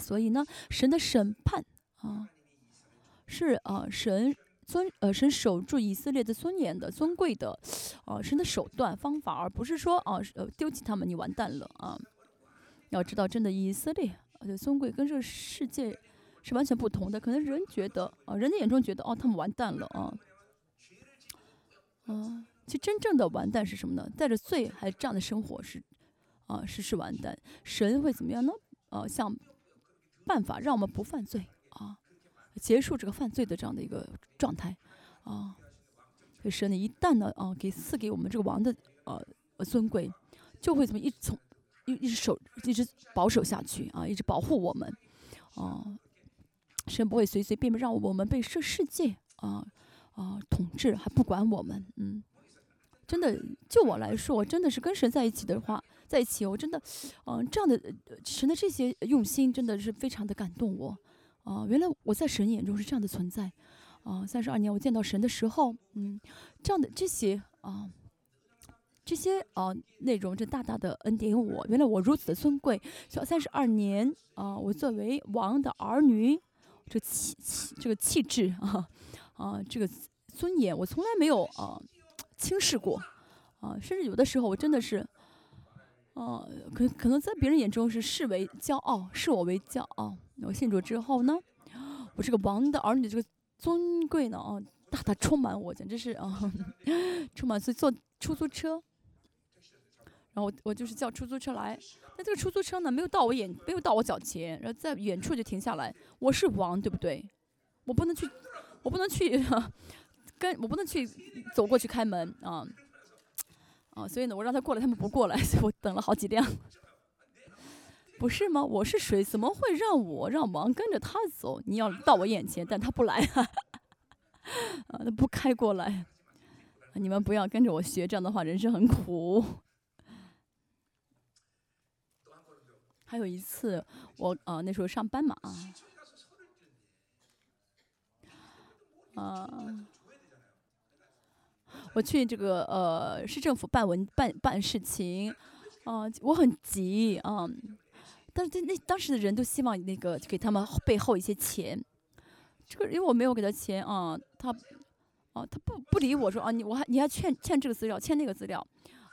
所以呢，神的审判啊，是神守住以色列的尊严的、尊贵的，神的手段方法，而不是说丢弃他们，你完蛋了啊！要知道，真的以色列的尊贵跟这个世界是完全不同的。可能人觉得人的眼中觉得他们完蛋了其实真正的完蛋是什么呢？带着罪还这样的生活是完蛋。神会怎么样呢？想办法让我们不犯罪结束这个犯罪的这样的一个状态啊。所以神呢，一旦呢赐给我们这个王的尊贵，就会怎么一直保守下去一直保护我们神不会随随便便让我们被这世界统治，还不管我们。真的，就我来说，我真的是跟神在一起的话，在一起，我真的，这样的神的这些用心，真的是非常的感动我。原来我在神眼中是这样的存在。32年我见到神的时候，这样的这些内容，这大大的恩典我，原来我如此的尊贵。所以32年我作为王的儿女，这个气质这个尊严，我从来没有轻视过甚至有的时候我真的是可能在别人眼中是视为骄傲，视我为骄傲。我信主之后呢，我这个王的儿女的这个尊贵呢大大充满我，简直是充满。所以坐出租车，然后我就是叫出租车来，那这个出租车呢没有到我脚前，然后在远处就停下来。我是王，对不对？我不能去我不能去走过去开门所以呢，我让他过来，他们不过来，所以我等了好几辆。不是吗？我是谁？怎么会让王跟着他走？你要到我眼前，但他不来他不开过来。你们不要跟着我学，这样的话人生很苦。还有一次，我那时候上班嘛我去这个市政府办事情我很急但是当时的人都希望那个给他们背后一些钱。这个因为我没有给他钱他不理我说你还欠这个资料，欠那个资料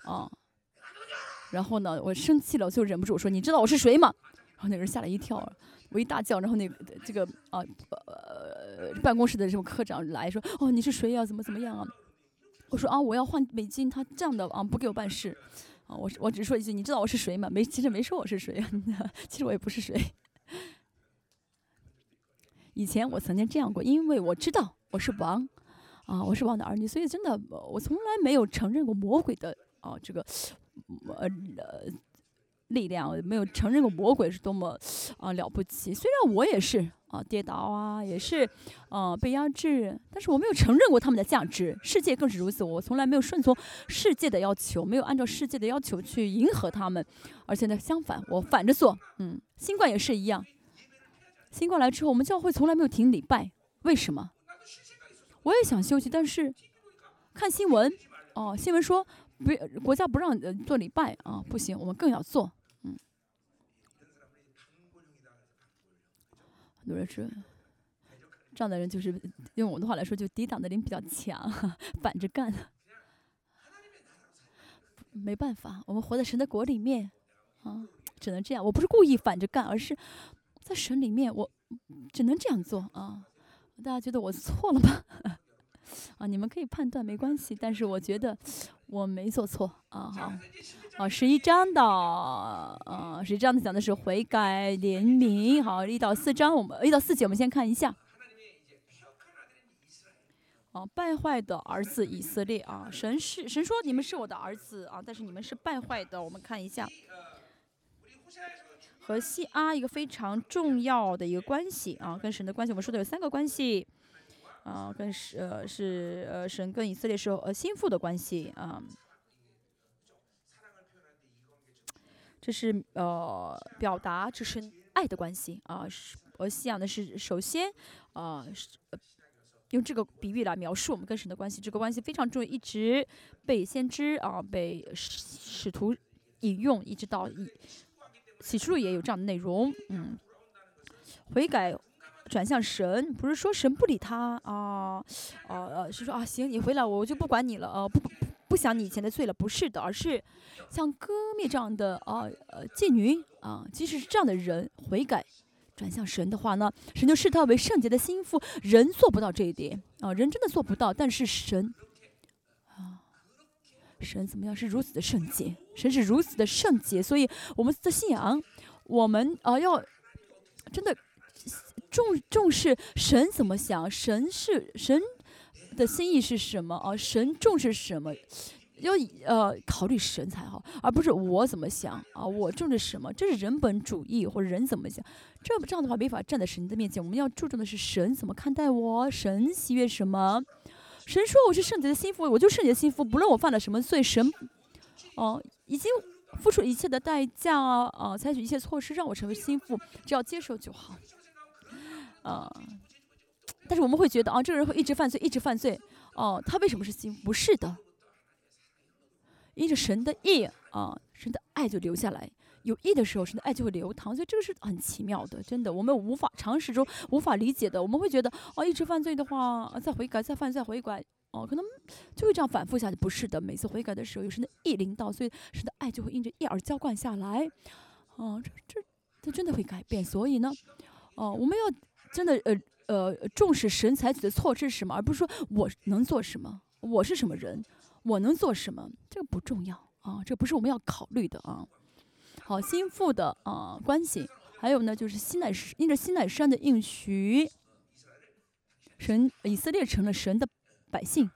然后呢，我生气了，我就忍不住我说：“你知道我是谁吗？”然后那个人吓了一跳，我一大叫，然后这个办公室的这种科长来说：“哦，你是谁呀？怎么样啊？”我说：“我要换美金，他这样的不给我办事我只说一句：你知道我是谁吗？其实没说我是谁其实我也不是谁。以前我曾经这样过，因为我知道我是王我是王的儿女，所以真的我从来没有承认过魔鬼的这个力量，没有承认过魔鬼是多么了不起。虽然我也是跌倒也是被压制，但是我没有承认过他们的价值。世界更是如此，我从来没有顺从世界的要求，没有按照世界的要求去迎合他们，而且呢，相反，我反着做。新冠也是一样，新冠来之后，我们教会从来没有停礼拜，为什么？我也想休息，但是看新闻新闻说国家不让做礼拜不行，我们更要做。很多人说，这样的人就是用我们的话来说，就抵挡的力比较强，反着干。没办法，我们活在神的国里面只能这样。我不是故意反着干，而是在神里面，我只能这样做大家觉得我错了吗？你们可以判断，没关系。但是我觉得我没做错好，11章的11章的讲的是悔改怜悯。好，1到4章1到4节我们先看一下。败坏的儿子以色列神说你们是我的儿子但是你们是败坏的。我们看一下和西阿一个非常重要的一个关系跟神的关系，我们说的有3个关系跟神跟以色列是心腹的关系这是表达这是爱的关系西亚呢是首先用这个比喻来描述我们跟神的关系。这个关系非常重要，一直被先知被使徒引用，一直到启示录也有这样的内容悔改转向神，不是说神不理他是说行，你回来我就不管你了，不想你以前的罪了，不是的，而是像歌灭这样的妓女即使是这样的人悔改转向神的话呢，神就视他为圣洁的心腹。人做不到这一点人真的做不到，但是神怎么样是如此的圣洁，神是如此的圣洁，所以我们的信仰，我们要真的重视神怎么想，神的心意是什么神重视什么，要考虑神才好，而不是我怎么想我重视什么，这是人本主义或者人怎么想，这样的话没法站在神的面前。我们要注重的是神怎么看待我，神喜悦什么。神说我是圣洁的心腹，我就圣洁的心腹，不论我犯了什么罪，神已经付出一切的代价采取一切措施让我成为心腹，只要接受就好但是我们会觉得这个人会一直犯罪，一直犯罪他为什么是心腹？不是的，因着神的义神的爱就留下来，有义的时候，神的爱就会流淌，所以这个是很奇妙的，真的，我们常识中无法理解的。我们会觉得一直犯罪的话，再悔改，再犯，再悔改，可能就会这样反复下去。不是的，每次悔改的时候，有神的义临到，所以神的爱就会因着义而浇灌下来。这真的会改变。所以呢，我们要真的重视神采取的措施是什么，而不是说我能做什么，我是什么人，我能做什么，这个不重要这不是我们要考虑的好，心腹的关系，还有呢，就是因着西乃山的应许，以色列成了神的百姓。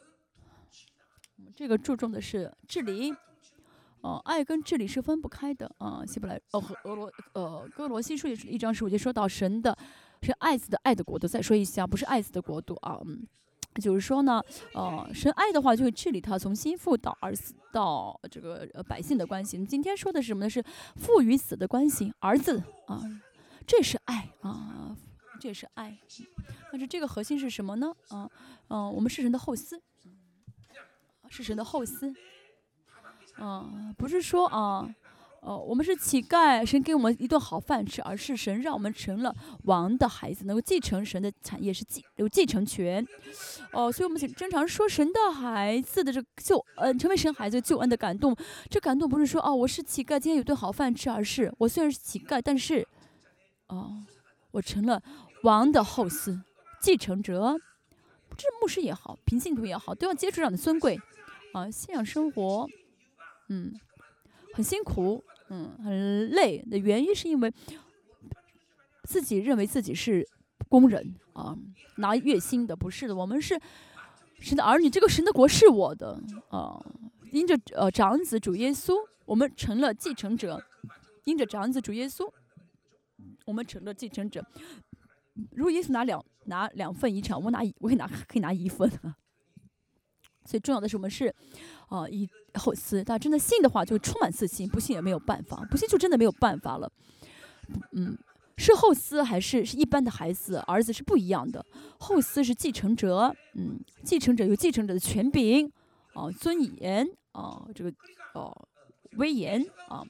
这个注重的是治理，爱跟治理是分不开的希伯来和哥罗西书1章15节说到神是爱子的爱的国度。再说一下，不是爱子的国度就是说呢，神爱的话就会治理他，从心腹到儿子到这个百姓的关系。今天说的是什么呢？是父与子的关系，儿子这是爱这是爱。但是这个核心是什么呢？我们是神的后嗣，是神的后嗣，不是说我们是乞丐，神给我们一顿好饭吃，而是神让我们成了王的孩子，能够继承神的产业，有继承权。所以我们经常说神的孩子的这个救恩，成为神孩子救恩的感动。这感动不是说我是乞丐，今天有顿好饭吃，而是我虽然是乞丐，但是我成了王的后嗣，继承者。这牧师也好，平信徒也好，都要接触这样的尊贵信仰生活，很辛苦，很累的原因是因为自己认为自己是工人拿月薪的，不是的，我们是神的儿女，这个神的国是我的因着长子主耶稣，我们成了继承者，因着长子主耶稣，我们成了继承者。如果耶稣拿2份遗产，我可以拿1份所以重要的是我们是以后嗣，大家真的信的话就会充满自信，不信也没有办法，不信就真的没有办法了。是后嗣还是一般的孩子儿子是不一样的。后嗣是继承者，继承者有继承者的权柄尊严这个威严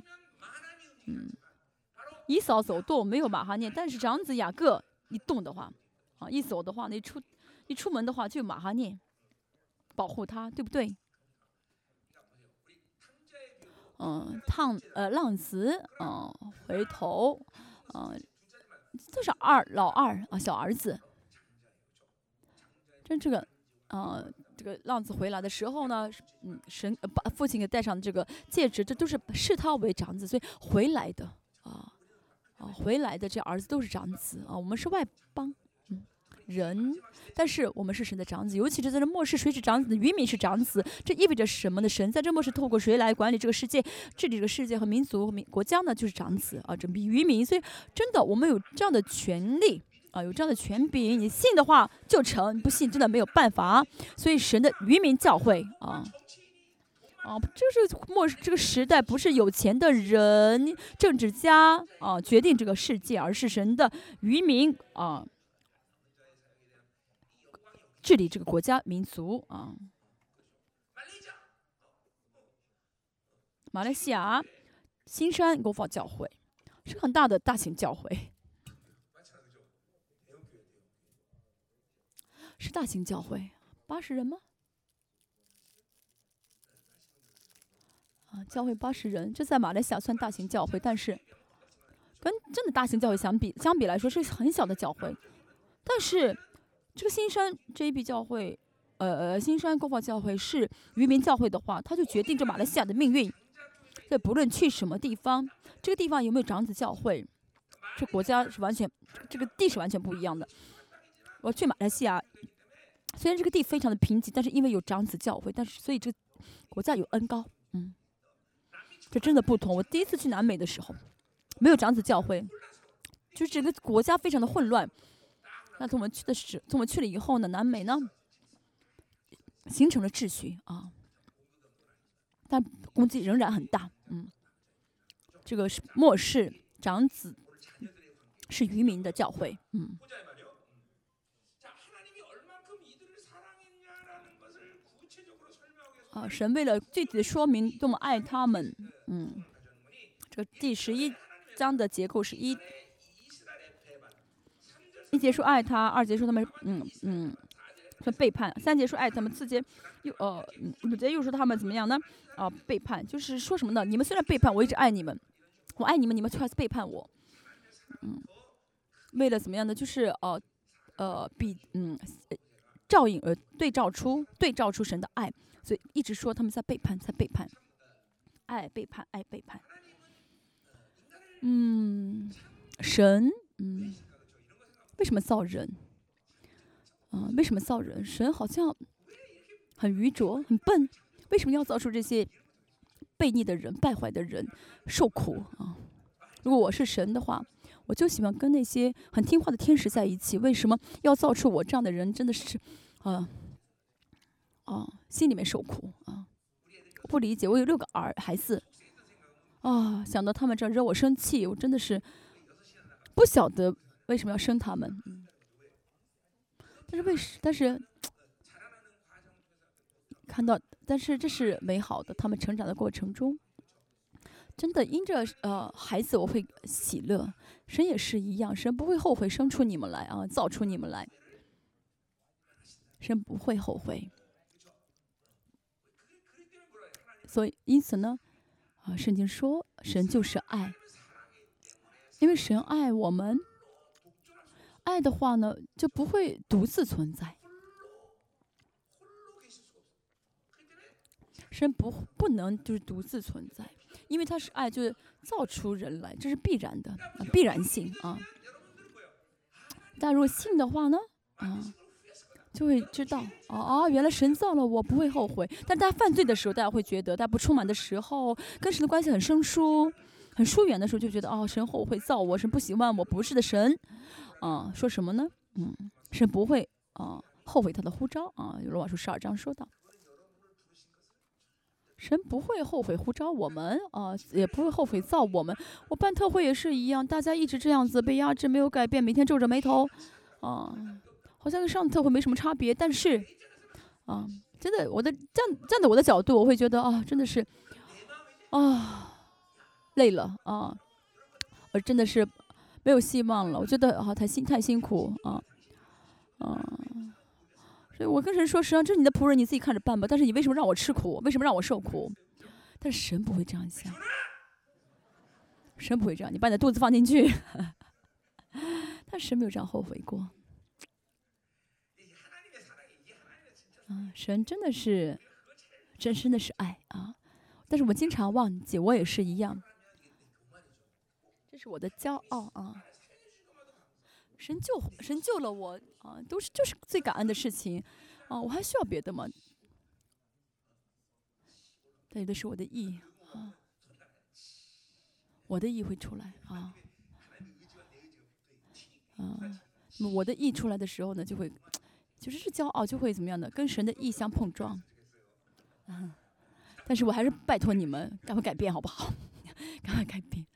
以扫走动没有马哈念，但是长子雅各一动的话一走的话，一出门的话就有马哈念保护他，对不对？浪子回头都是老二小儿子。这个浪子回来的时候呢，神把父亲给戴上这个戒指，这都是视他为长子，所以回来的回来的这儿子都是长子我们是外邦人，但是我们是神的长子，尤其是在这末世，谁是长子？渔民是长子，这意味着什么呢？神在这末世透过谁来管理这个世界、治理这个世界和民族、国家呢？就是长子这比渔民。所以真的，我们有这样的权利有这样的权柄，你信的话就成，你不信真的没有办法。所以神的渔民教会这个时代不是有钱的人、政治家决定这个世界，而是神的渔民治理这个国家民族马来西亚新山国防教会是很大的大型教会是大型教会，80人吗？教会80人，这在马来西亚算大型教会，但是跟真的大型教会相比来说是很小的教会。但是这个新山 JB 教会，新山国防教会是渔民教会的话，它就决定着马来西亚的命运。对，不论去什么地方，这个地方有没有长子教会，这国家是完全，这个地是完全不一样的。我去马来西亚，虽然这个地非常的贫瘠，但是因为有长子教会，但是所以这个国家有恩高，这真的不同。我第一次去南美的时候，没有长子教会，就是整个国家非常的混乱。那从我们去了以后呢，南美呢形成了秩序啊，但攻击仍然很大。这个是末世长子是渔民的教会。神为了具体的说明多么爱他们，这个第11章的结构是一节说爱他，2节说他们说背叛，3节说爱他们，4节5节又说他们怎么样呢？背叛，就是说什么呢？你们虽然背叛我，一直爱你们，我爱你们，你们却还是背叛我。为了怎么样呢？就是对照出神的爱，所以一直说他们在背叛，爱背叛，爱背叛。神为什么造人？为什么造人？神好像很愚拙、很笨，为什么要造出这些悖逆的人、败坏的人受苦啊？如果我是神的话，我就喜欢跟那些很听话的天使在一起。为什么要造出我这样的人？真的是，心里面受苦啊！我不理解，我有6个孩子，想到他们这样惹我生气，我真的是不晓得为什么要生他们。但是看到，但是这是美好的，他们成长的过程中，真的因着孩子我会喜乐，神也是一样，神不会后悔生出你们来啊，造出你们来，神不会后悔。所以因此呢，圣经说神就是爱，因为神爱我们，爱的话呢就不会独自存在。神不能就是独自存在，因为他是爱，就是造出人来，这是必然的，必然性啊。但如果信的话呢，就会知道原来神造了我，不会后悔。但大家犯罪的时候，大家会觉得，大家不充满的时候，跟神的关系很生疏、很疏远的时候，就觉得神后悔造我，神不喜欢我，不是的神，说什么呢？神不会后悔他的呼召啊。罗马书12章说到。神不会后悔呼召我们也不会后悔造我们。我办特会也是一样，大家一直这样子被压制，没有改变，每天皱着眉头，好像跟上特会没什么差别。但是，真的，站在我的角度，我会觉得真的是，累了我真的是没有希望了。我觉得太辛苦所以我跟神说，实际上这是你的仆人，你自己看着办吧。但是你为什么让我吃苦？为什么让我受苦？但是神不会这样想，神不会这样。你把你的肚子放进去，但神没有这样后悔过。神真的是真的是爱但是我经常忘记，我也是一样。这是我的骄傲神救了我就是最感恩的事情我还需要别的吗？但有的是我的义我的义会出来那么我的义出来的时候呢，就是骄傲就会怎么样的，跟神的义相碰撞但是我还是拜托你们赶快改变好不好？赶快改变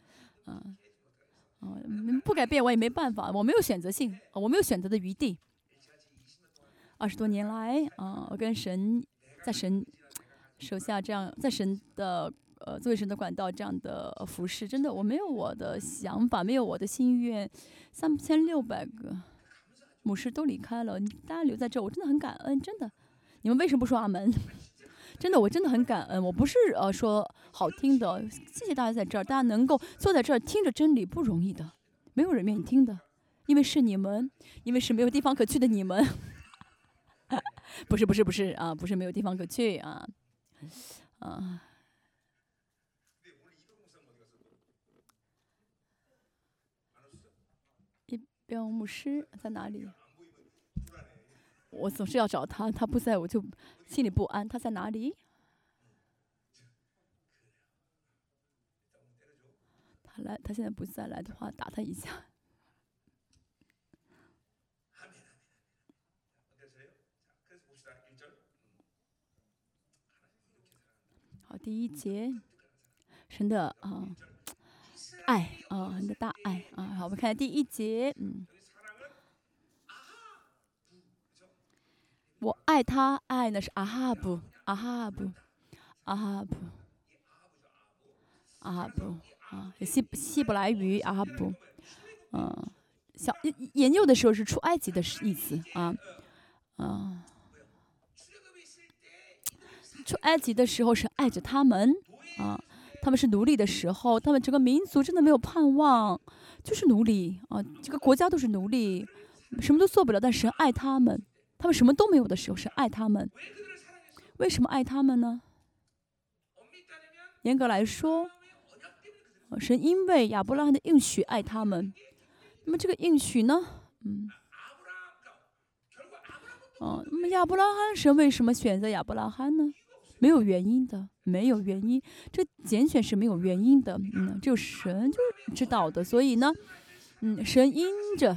不改变我也没办法，我没有选择性我没有选择的余地。20多年来我跟神在神手下这样，在神的作为神的管道这样的服侍，真的我没有我的想法，没有我的心愿，3600个牧师都离开了，大家留在这，我真的很感恩，真的。你们为什么不说阿门？真的，我真的很感恩。我不是说好听的，谢谢大家在这儿，大家能够坐在这儿听着真理不容易的，没有人愿意听的，因为是你们，因为是没有地方可去的你们。不是啊，不是没有地方可去啊，啊。一标牧师在哪里？我总是要找他，他不在我就心里不安。他在哪里？他现在不在，来的话打他一下。好，第一节，神的爱神的大爱啊。好，我们看第一节，我爱他，爱呢是阿哈布，阿哈布啊，希伯来语阿哈布，小研究的时候是出埃及的意思出埃及的时候是爱着他们他们是奴隶的时候，他们整个民族真的没有盼望，就是奴隶这个国家都是奴隶，什么都做不了，但神爱他们，他们什么都没有的时候，神爱他们。为什么爱他们呢？严格来说，神因为亚伯拉罕的应许爱他们。那么这个应许呢？那么亚伯拉罕，神为什么选择亚伯拉罕呢？没有原因的，没有原因。这拣选是没有原因的，只有神就知道的。所以呢，神因着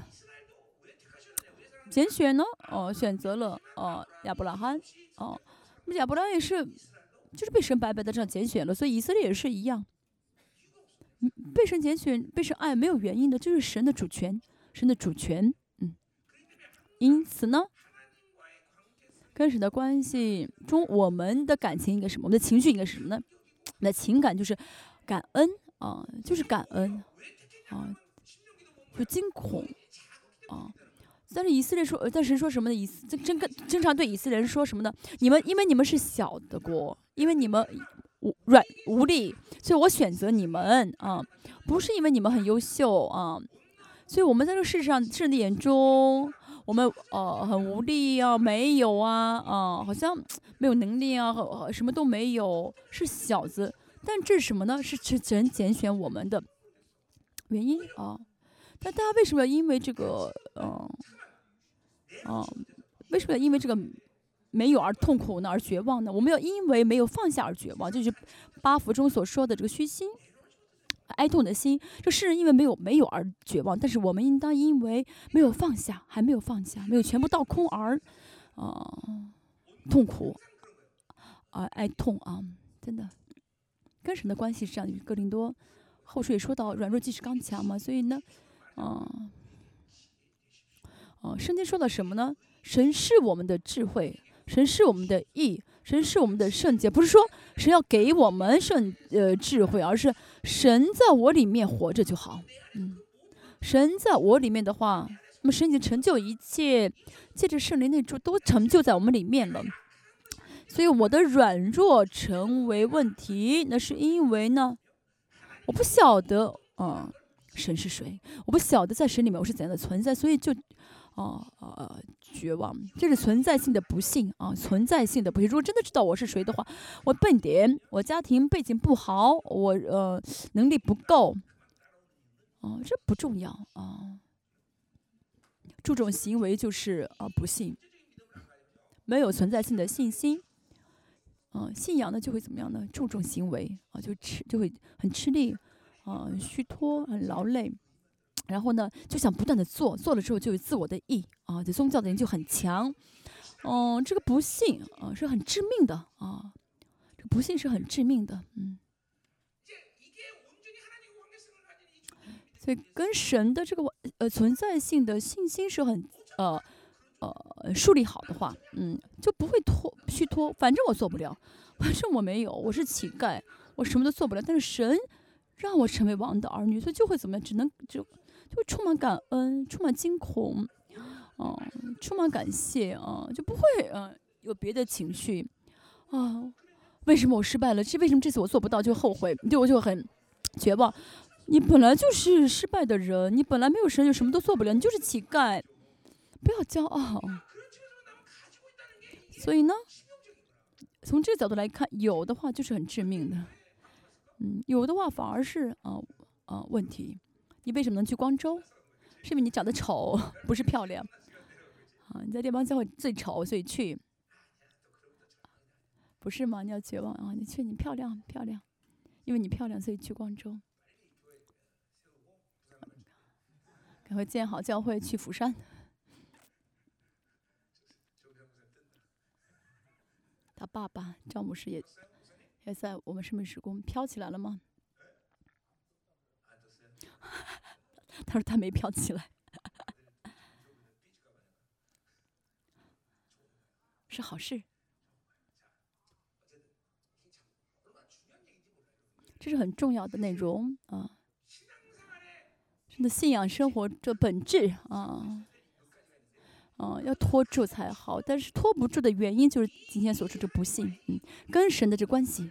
拣选呢，选择了亚伯拉罕，那么亚伯拉罕也是，就是被神白白的这样拣选了。所以以色列也是一样，被神拣选、被神爱没有原因的，这是神的主权，神的主权。因此呢，跟神的关系中，我们的感情应该是什么？我们的情绪应该是什么呢？我们的情感就是感恩就是感恩就惊恐但是以色列说，但神说什么呢？经常对以色列人说什么呢？因为你们是小的国，因为你们无力，所以我选择你们不是因为你们很优秀所以我们在这个世上神的眼中，我们很无力没有好像没有能力什么都没有，是小子。但这是什么呢？是神拣选我们的原因但大家为什么要因为这个为什么要因为这个没有而痛苦呢？而绝望呢？我们要因为没有放下而绝望，就是八福中所说的这个虚心、哀痛的心。这世人因为没有而绝望，但是我们应当因为没有放下，还没有放下，没有全部倒空而痛苦哀痛真的跟神的关系是这样的。哥林多后书也说到，软弱即是刚强嘛，所以呢圣经说到什么呢？神是我们的智慧，神是我们的义，神是我们的圣洁。不是说神要给我们智慧，而是神在我里面活着就好。神在我里面的话，那么神已经成就一切，借着圣灵内住都成就在我们里面了。所以我的软弱成为问题，那是因为呢，我不晓得神是谁，我不晓得在神里面我是怎样的存在，所以就绝望，这是存在性的不幸存在性的不幸。如果真的知道我是谁的话，我笨点，我家庭背景不好，我能力不够这不重要注重行为就是不幸，没有存在性的信心信仰呢就会怎么样呢？注重行为就会很吃力虚脱，很劳累。然后呢，就想不断的做了之后就有自我的意这宗教的人就很强。这个不幸是很致命的这不幸是很致命的。所以跟神的这个存在性的信心是很树立好的话，就不会虚脱。反正我做不了，反正我没有，我是乞丐，我什么都做不了。但是神让我成为王的儿女，所以就会怎么样？就会充满感恩，充满惊恐充满感谢就不会有别的情绪啊。为什么我失败了？为什么这次我做不到就后悔？对我就很绝望。你本来就是失败的人，你本来没有神，就什么都做不了，你就是乞丐。不要骄傲。所以呢，从这个角度来看，有的话就是很致命的，有的话反而是问题。你为什么能去光州？是因为你长得丑，不是漂亮你在列邦教会最丑，所以去，不是吗？你要绝望你去，你漂亮，因为你漂亮，所以去光州。赶快建好教会，去釜山。他爸爸赵牧师也在我们生命时宫飘起来了吗？他说他没飘起来，是好事。这是很重要的内容真的信仰生活这本质要拖住才好，但是拖不住的原因就是今天所说的不信，跟神的这关系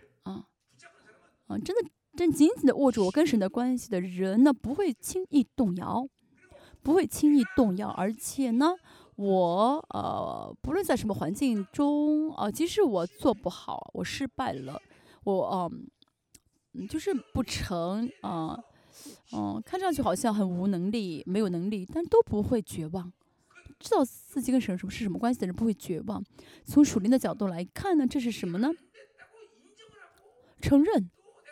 真紧紧的握住我跟神的关系的人呢，不会轻易动摇，而且呢，我不论在什么环境中即使我做不好，我失败了，我就是不成看上去好像很无能力，没有能力，但都不会绝望。知道自己跟神是什么关系的人不会绝望。从属灵的角度来看呢，这是什么呢？承认，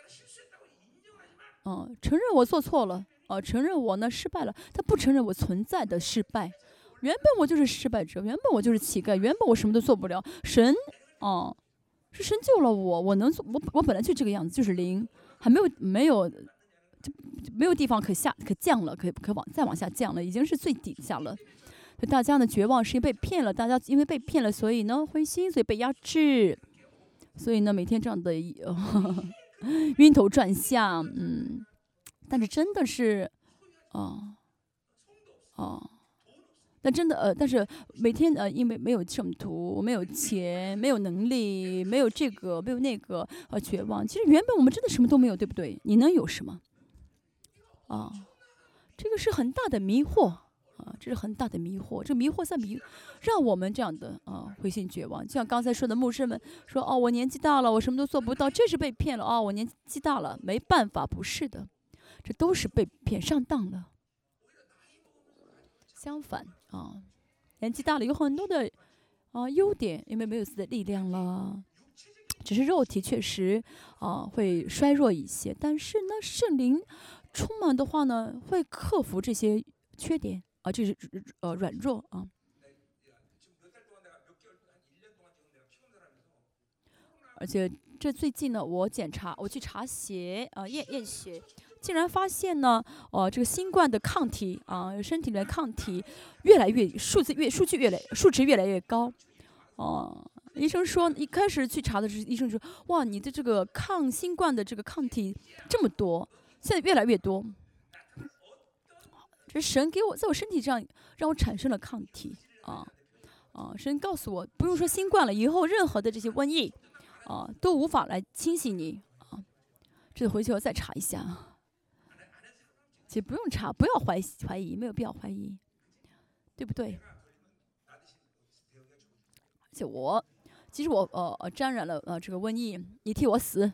承认我做错了，承认我呢失败了，他不承认我存在的失败。原本我就是失败者，原本我就是乞丐，原本我什么都做不了。神，是神救了我，我本来就这个样子，就是零，还没有地方可降了，可再往下降了，已经是最底下了。大家呢绝望是因为被骗了，大家因为被骗了，所以呢灰心，所以被压制，所以呢每天这样的晕头转向，但是真的是，但真的但是每天因为没有圣徒，没有钱，没有能力，没有这个，没有那个，绝望。其实原本我们真的什么都没有，对不对？你能有什么？这个是很大的迷惑。这是很大的迷惑，这迷惑让我们这样的灰心绝望。就像刚才说的，牧师们说我年纪大了，我什么都做不到，这是被骗了我年纪大了，没办法，不是的，这都是被骗上当了。相反年纪大了有很多的优点，因为没有自己的力量了，只是肉体确实会衰弱一些，但是呢，圣灵充满的话呢，会克服这些缺点。这是软弱而且这最近呢，我去查血验血，竟然发现呢，这个新冠的抗体身体里的抗体数值越来越高医生说一开始去查的时候，医生说哇，你的这个抗新冠的这个抗体这么多，现在越来越多。这神给我在我身体上让我产生了抗体神告诉我不用说新冠了，以后任何的这些瘟疫都无法来侵袭你这回去我再查一下其实不用查，不要怀疑，没有必要怀疑，对不对？而且其实我沾染了这个瘟疫，你替我死。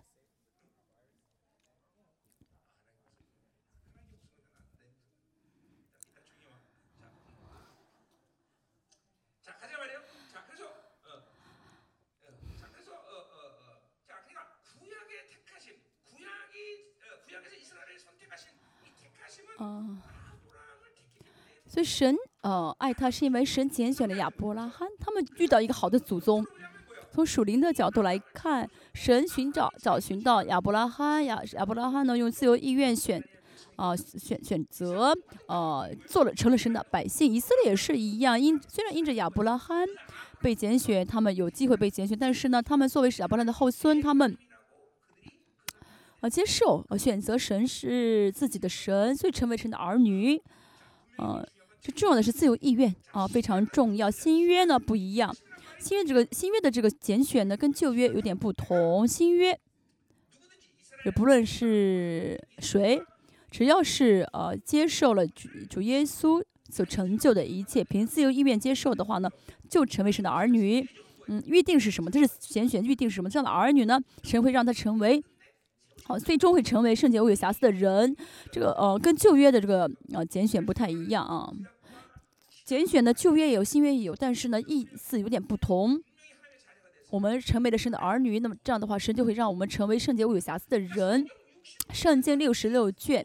所以神爱他是因为神拣选了亚伯拉罕，他们遇到一个好的祖宗。从属灵的角度来看，神找寻到亚伯拉罕，亚伯拉罕呢用自由意愿选择成了神的百姓。以色列也是一样，虽然因着亚伯拉罕被拣选，他们有机会被拣选，但是呢，他们作为亚伯拉罕的后孙，他们接受选择神是自己的神，所以成为神的儿女最重要的是自由意愿啊，非常重要。新约呢不一样，新约的这个拣选呢跟旧约有点不同。新约也不论是谁，只要是接受了主耶稣所成就的一切，凭自由意愿接受的话呢，就成为神的儿女。预定是什么？这是拣选预定是什么？这样的儿女呢，神会让他成为。最终会成为圣洁无有瑕疵的人。这个跟旧约的这个拣选不太一样啊。拣选的旧约也有，新约也有，但是呢意思有点不同。我们成为了神的儿女，那么这样的话，神就会让我们成为圣洁无有瑕疵的人。圣经66卷，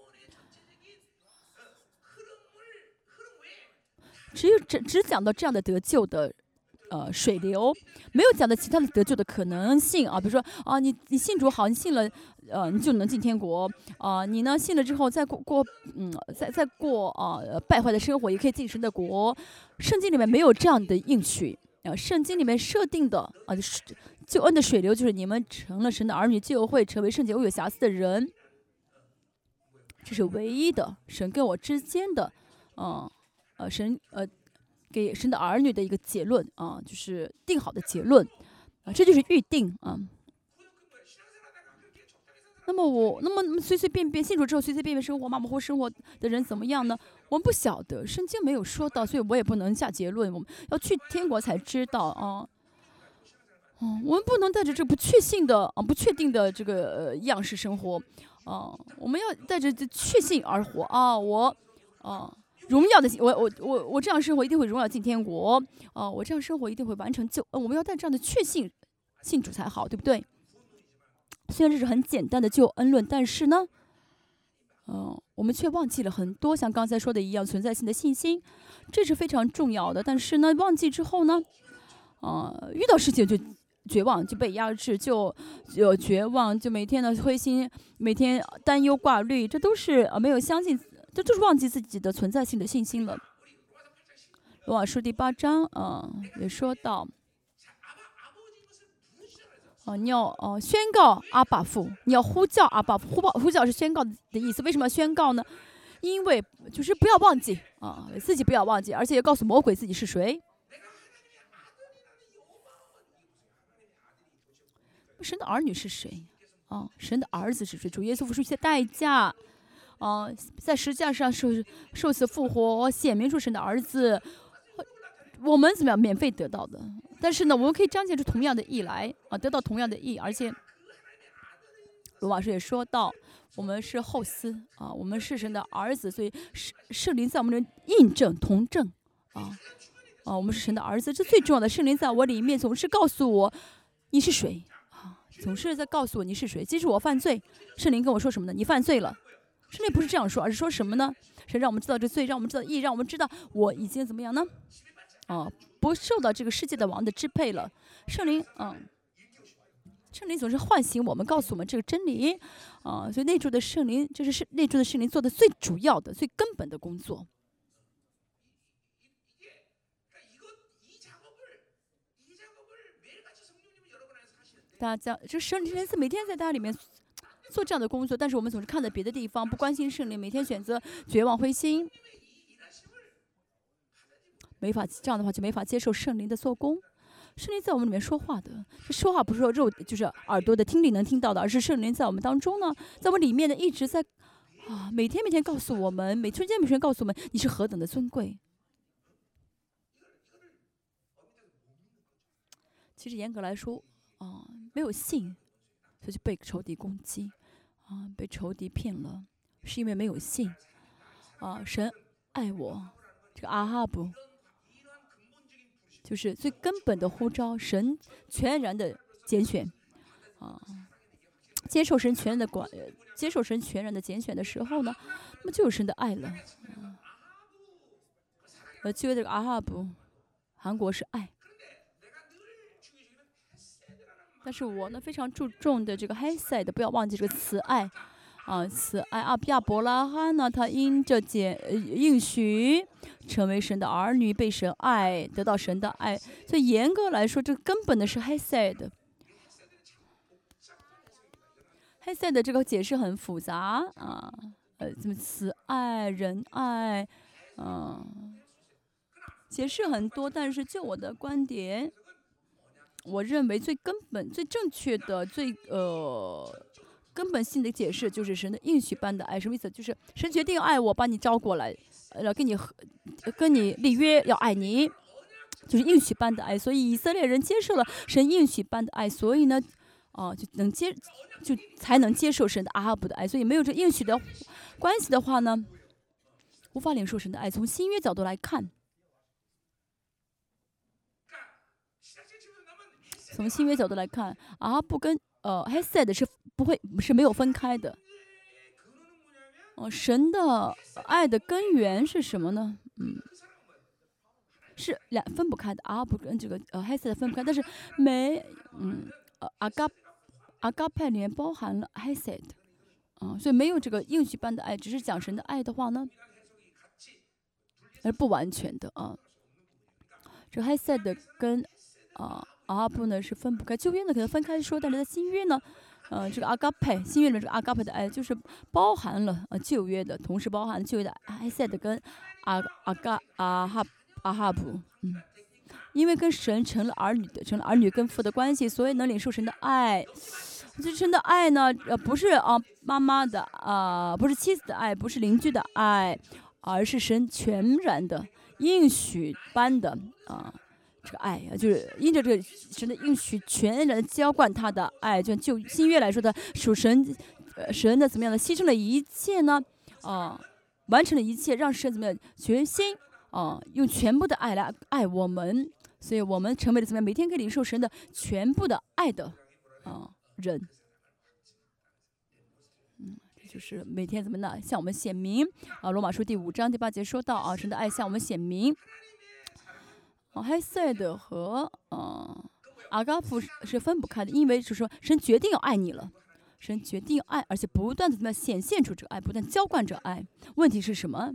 只讲到这样的得救的。水流没有讲的其他的得救的可能性啊，比如说你信主好，你信了，你就能进天国你呢信了之后再过败坏的生活，也可以进神的国。圣经里面没有这样的应许圣经里面设定的救恩的水流就是你们成了神的儿女，就会成为圣洁无有瑕疵的人。这是唯一的神跟我之间的神给神的儿女的一个结论就是定好的结论这就是预定那么随随便便信主之后随随便便生活马马虎虎生活的人怎么样呢？我们不晓得，圣经没有说到，所以我也不能下结论。我们要去天国才知道我们不能带着这不确定的这个样式生活我们要带着这确信而活荣耀的我这样生活一定会荣耀进天国我这样生活一定会完成我们要带这样的确信信主才好，对不对？虽然这是很简单的救恩论，但是呢我们却忘记了很多像刚才说的一样存在性的信心，这是非常重要的。但是呢忘记之后呢遇到事情就绝望，就被压制，就有绝望，就每天的灰心，每天担忧挂虑，这都是没有相信，这就是忘记自己的存在性的信心了。罗马书第8章也说到你要宣告阿爸父，你要呼叫阿爸父，呼叫是宣告的意思。为什么要宣告呢？因为就是不要忘记自己不要忘记，而且要告诉魔鬼自己是谁。神的儿女是谁神的儿子是谁？主耶稣付出一切代价在十字架上受死复活，显明出神的儿子。我们怎么样免费得到的？但是呢，我们可以彰显出同样的义来得到同样的义。而且罗马书也说到，我们是后嗣我们是神的儿子，所以圣灵在我们的印证同证我们是神的儿子，这最重要的。圣灵在我里面总是告诉我你是谁总是在告诉我你是谁。即使我犯罪，圣灵跟我说什么呢？你犯罪了。圣灵不是这样说，而是说什么呢？神让我们知道这罪，让我们知道义，让我们知道我已经怎么样呢？不受到这个世界的王的支配了。圣灵总是唤醒我们，告诉我们这个真理所以内住的圣灵，这是内住的圣灵做的最主要的、最根本的工作。大家这圣灵每天在大家里面做这样的工作，但是我们总是看在别的地方，不关心圣灵，每天选择绝望灰心，这样的话就没法接受圣灵的做工。圣灵在我们里面说话的，这说话不是说就是耳朵的听力能听到的，而是圣灵在我们当中呢，在我们里面呢一直在每天告诉我们，每瞬间告诉我们你是何等的尊贵。其实严格来说没有信，所以就被仇敌攻击被仇敌骗了，是因为没有信神爱我，这个阿哈布就是最根本的呼召，神全然的拣选接受神全然的接受神全然的拣选的时候呢，那么就有神的爱了就这个阿哈布，韩国是爱。但是我呢非常注重的这个黑塞的，不要忘记这个慈爱慈爱亚伯拉罕呢，他因着应许成为神的儿女，被神爱，得到神的爱。所以严格来说，这根本的是黑塞的。黑塞的这个解释很复杂怎么慈爱、仁爱解释很多，但是就我的观点，我认为最根本、最正确的、根本性的解释就是神的应许般的爱。什么意思？就是神决定爱我，把你招过来，跟你立约，要爱你，就是应许般的爱。所以以色列人接受了神应许般的爱，所以呢，就才能接受神的阿哈布的爱。所以没有这应许的关系的话呢，无法领受神的爱。从新约角度来看，阿哈布跟黑塞的是没有分开的。神的爱的根源是什么呢？是分不开的。阿哈布跟这个黑塞的分不开，但是阿嘎派里面包含了黑塞的，所以没有这个应许般的爱，只是讲神的爱的话呢，而不完全的啊。这黑塞的跟阿哈布呢是分不开，旧约呢可能分开说，但是在新约呢，这个阿嘎佩，新约里面这个阿嘎佩的爱就是包含了旧约的，同时包含了旧约的黑塞的跟阿哈布，因为跟神成了儿女跟父的关系，所以能领受神的爱。这神的爱呢，不是妈妈的不是妻子的爱，不是邻居的爱，而是神全然的应许般的这个爱就是因着这个神的应许，全然的浇灌他的爱。就新约来说的，属神的怎么样的牺牲了一切呢？完成了一切，让神怎么样全心用全部的爱来爱我们，所以我们成为了怎么样每天可以领受神的全部的爱的人。这就是每天怎么呢？向我们显明罗马书第5章第8节说到神的爱向我们显明。黑塞德和阿嘎夫是分不开的，因为就是说神决定要爱你了，神决定要爱，而且不断的怎么样显现出这个爱，不断浇灌着爱。问题是什么？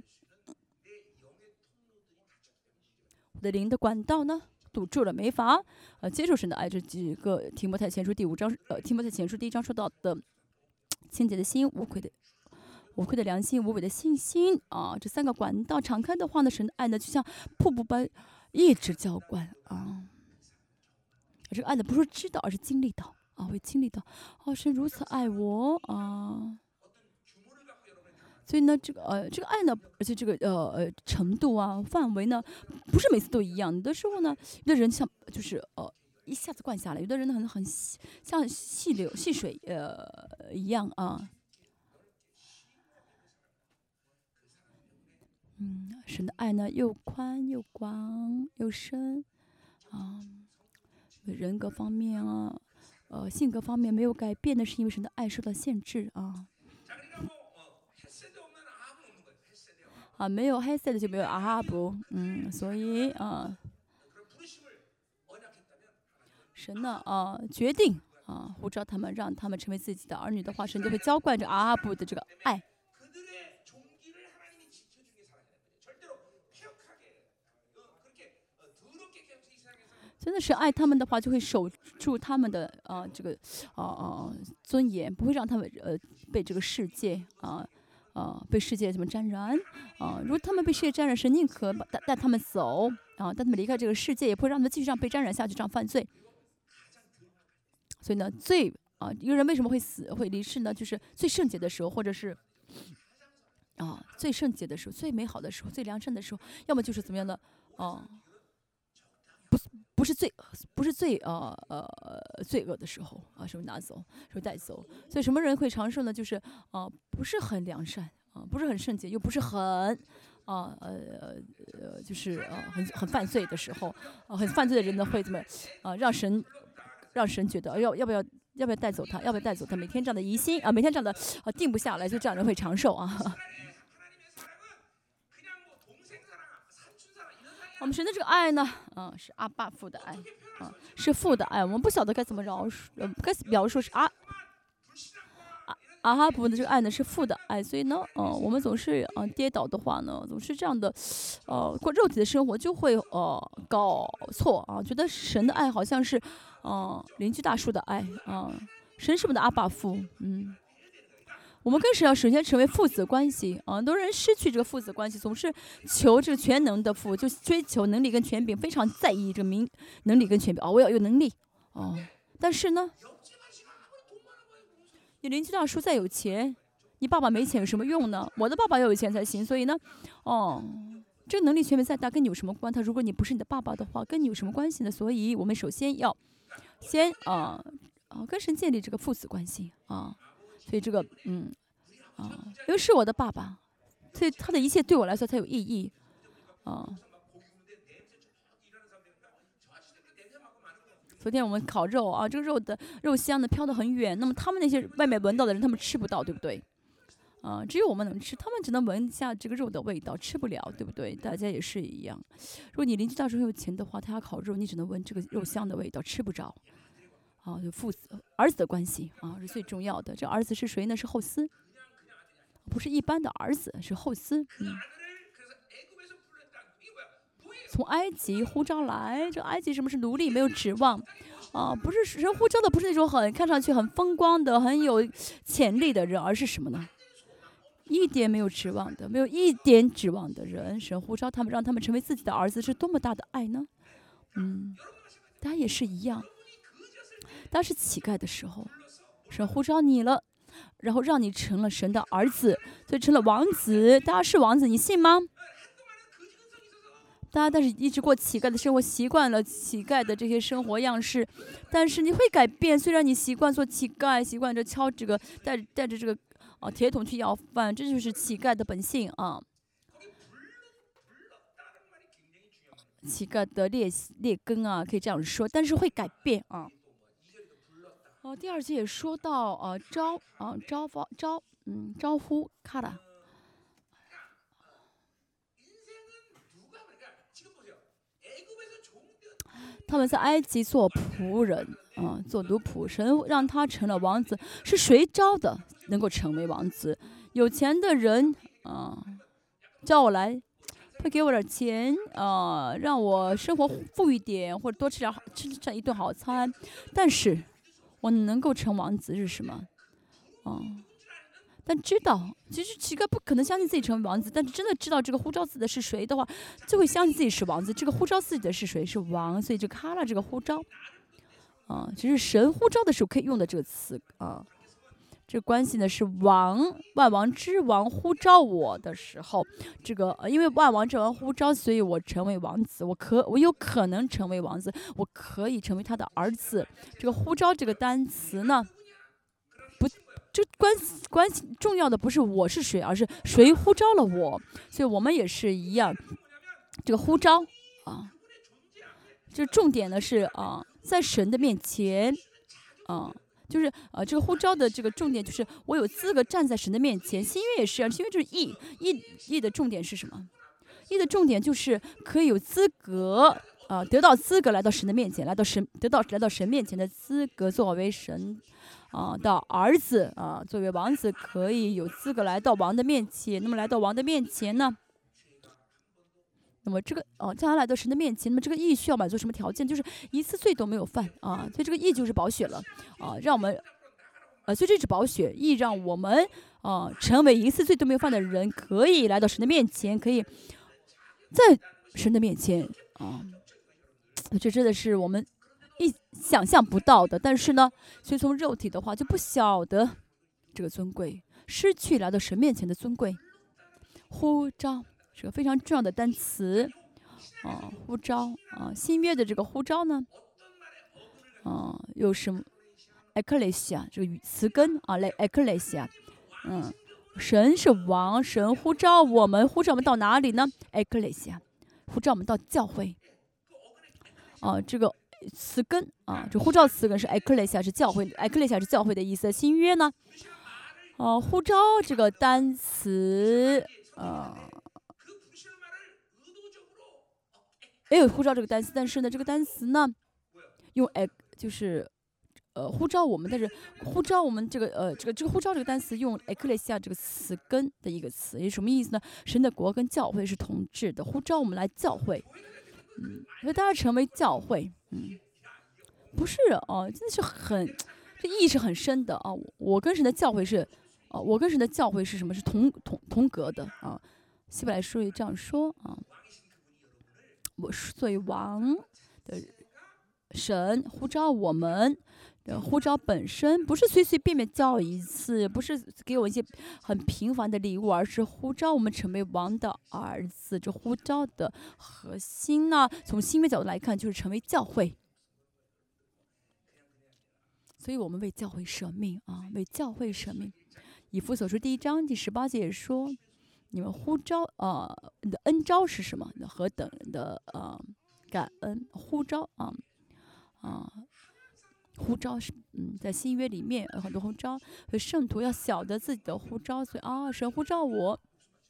我的灵的管道呢堵住了，没法接受神的爱。这几个提摩太前书第5章提摩太前书第1章说到的清洁的心、无愧的良心、无伪的信心这3个管道敞开的话呢，神的爱呢就像瀑布般一直浇灌这个爱呢不是知道，而是经历到会经历到神如此爱我所以呢，这个爱呢，而且这个程度范围呢，不是每次都一样。有的时候呢，有的人像就是一下子灌下来，有的人呢可能很像细水一样神的爱呢又宽又广又深人格方面性格方面没有改变的，是因为神的爱受到限制没有黑色的就没有阿哈布，所以神呢决定呼召他们，让他们成为自己的儿女的话，神就会浇灌着阿哈布的这个爱。真的是爱他们的话，就会守住他们的这个尊严，不会让他们被这个世界被世界怎么沾染如果他们被世界沾染，神宁可带他们走带他们离开这个世界，也不会让他们继续被沾染下去，这样犯罪。所以呢，一个人为什么会离世呢？就是最圣洁的时候，或者是最圣洁的时候、最美好的时候、最良善的时候，要么就是怎么样的不是最罪恶的时候什么拿走，什么带走。所以什么人会长寿呢？就是不是很良善不是很圣洁，又不是很就是很犯罪的时候很犯罪的人呢会怎么让神觉得要不要带走他？要不要带走他？每天这样的疑心每天这样的定不下来，就这样人会长寿我们神的这个爱呢，是阿爸父的爱，是父的爱。我们不晓得该怎么该描述是阿哈布的这个爱呢是父的爱，所以呢，我们总是跌倒的话呢，总是这样的，过肉体的生活就会搞错觉得神的爱好像是邻居大叔的爱神是我们的阿爸父我们更是要首先成为父子关系啊！很多人失去这个父子关系，总是求这个全能的父，就追求能力跟权柄，非常在意这个能力跟权柄哦，我要有能力哦。但是呢，你邻居大叔再有钱，你爸爸没钱有什么用呢？我的爸爸要有钱才行。所以呢，哦，这个能力权柄再大，跟你有什么关？如果你不是你的爸爸的话，跟你有什么关系呢？所以我们首先要先跟神建立这个父子关系啊。所以这个因为是我的爸爸，所以他的一切对我来说才有意义啊。昨天我们烤肉啊，这个肉的肉香呢飘得很远，那么他们那些外面闻到的人，他们吃不到，对不对？只有我们能吃，他们只能闻一下这个肉的味道，吃不了，对不对？大家也是一样。如果你邻居大叔很有钱的话，他要烤肉，你只能闻这个肉香的味道，吃不着。就父子儿子的关系是最重要的。这儿子是谁呢？是后嗣，不是一般的儿子，是后嗣。从埃及呼召来，这埃及什么是奴隶，没有指望不是神呼召的，不是那种看上去很风光的、很有潜力的人，而是什么呢？一点没有指望的，没有一点指望的人，神呼召他们，让他们成为自己的儿子，是多么大的爱呢？大家也是一样。当时乞丐的时候，神呼召你了，然后让你成了神的儿子，所以成了王子。大家是王子，你信吗？大家但是一直过乞丐的生活，习惯了乞丐的这些生活样式，但是你会改变。虽然你习惯做乞丐，习惯着敲这个带着这个铁桶去要饭，这就是乞丐的本性啊。乞丐的劣根可以这样说，但是会改变啊。第二节也说到招呼卡拉。他们在埃及做仆人做奴仆，神让他成了王子，是谁招的？能够成为王子？有钱的人叫我来，会给我点钱让我生活富裕点，或者多吃上一顿好餐。但是我能够成王子是什么？但知道，其实乞丐不可能相信自己成为王子，但是真的知道这个呼召自己的是谁的话，就会相信自己是王子。这个呼召自己的是谁？是王。所以这卡拉这个呼召其实神呼召的时候可以用的这个词这个关系呢是王，万王之王呼召我的时候，这个因为万王之王呼召，所以我成为王子，我有可能成为王子，我可以成为他的儿子。这个呼召这个单词呢，这关系重要的不是我是谁，而是谁呼召了我。所以我们也是一样，这个呼召这重点呢是在神的面前就是这个呼召的这个重点就是我有资格站在神的面前。新约也是新约就是义的重点是什么？义的重点就是可以有资格得到资格来到神的面前，来到神面前的资格，作为神的儿子作为王子可以有资格来到王的面前。那么来到王的面前呢？那么这个将来来到神的面前，那么这个义需要满足什么条件？就是一次罪都没有犯所以这个义就是宝血了让我们所以这是宝血义，让我们成为一次罪都没有犯的人，可以来到神的面前，可以在神的面前这真的是我们想象不到的。但是呢，所以从肉体的话就不晓得这个尊贵，失去来到神面前的尊贵。呼召是个非常重要的单词呼召新约的这个呼召呢有什么 ecclesia 这个词根ecclesia 神是王，神呼召我们到哪里呢 ecclesia 呼召我们到教会这个词根这呼召词根是 ecclesia 是教会 ecclesia 是教会的意思。新约呢呼召这个单词也有呼召这个单词，但是呢，这个单词呢，用就是呼召我们，但是呼召我们这个呼召这个单词用 ecclesia 这个词根的一个词，也什么意思呢？神的国跟教会是同质的，呼召我们来教会，所以大家成为教会，不是真的是这意义是很深的我跟神的教会是我跟神的教会是什么？是同格的啊。希伯来书也这样说啊，我是作为王的神呼召我们。呼召本身不是随随便便叫一次，不是给我一些很平凡的礼物，而是呼召我们成为王的儿子。这呼召的核心呢，从新约角度来看，就是成为教会。所以我们为教会舍命啊，为教会舍命。以弗所书第1章第18节也说，你们呼召你的恩召是什么？何等的感恩呼召呼召是在新约里面有很多呼召，所以圣徒要晓得自己的呼召，所以神呼召我，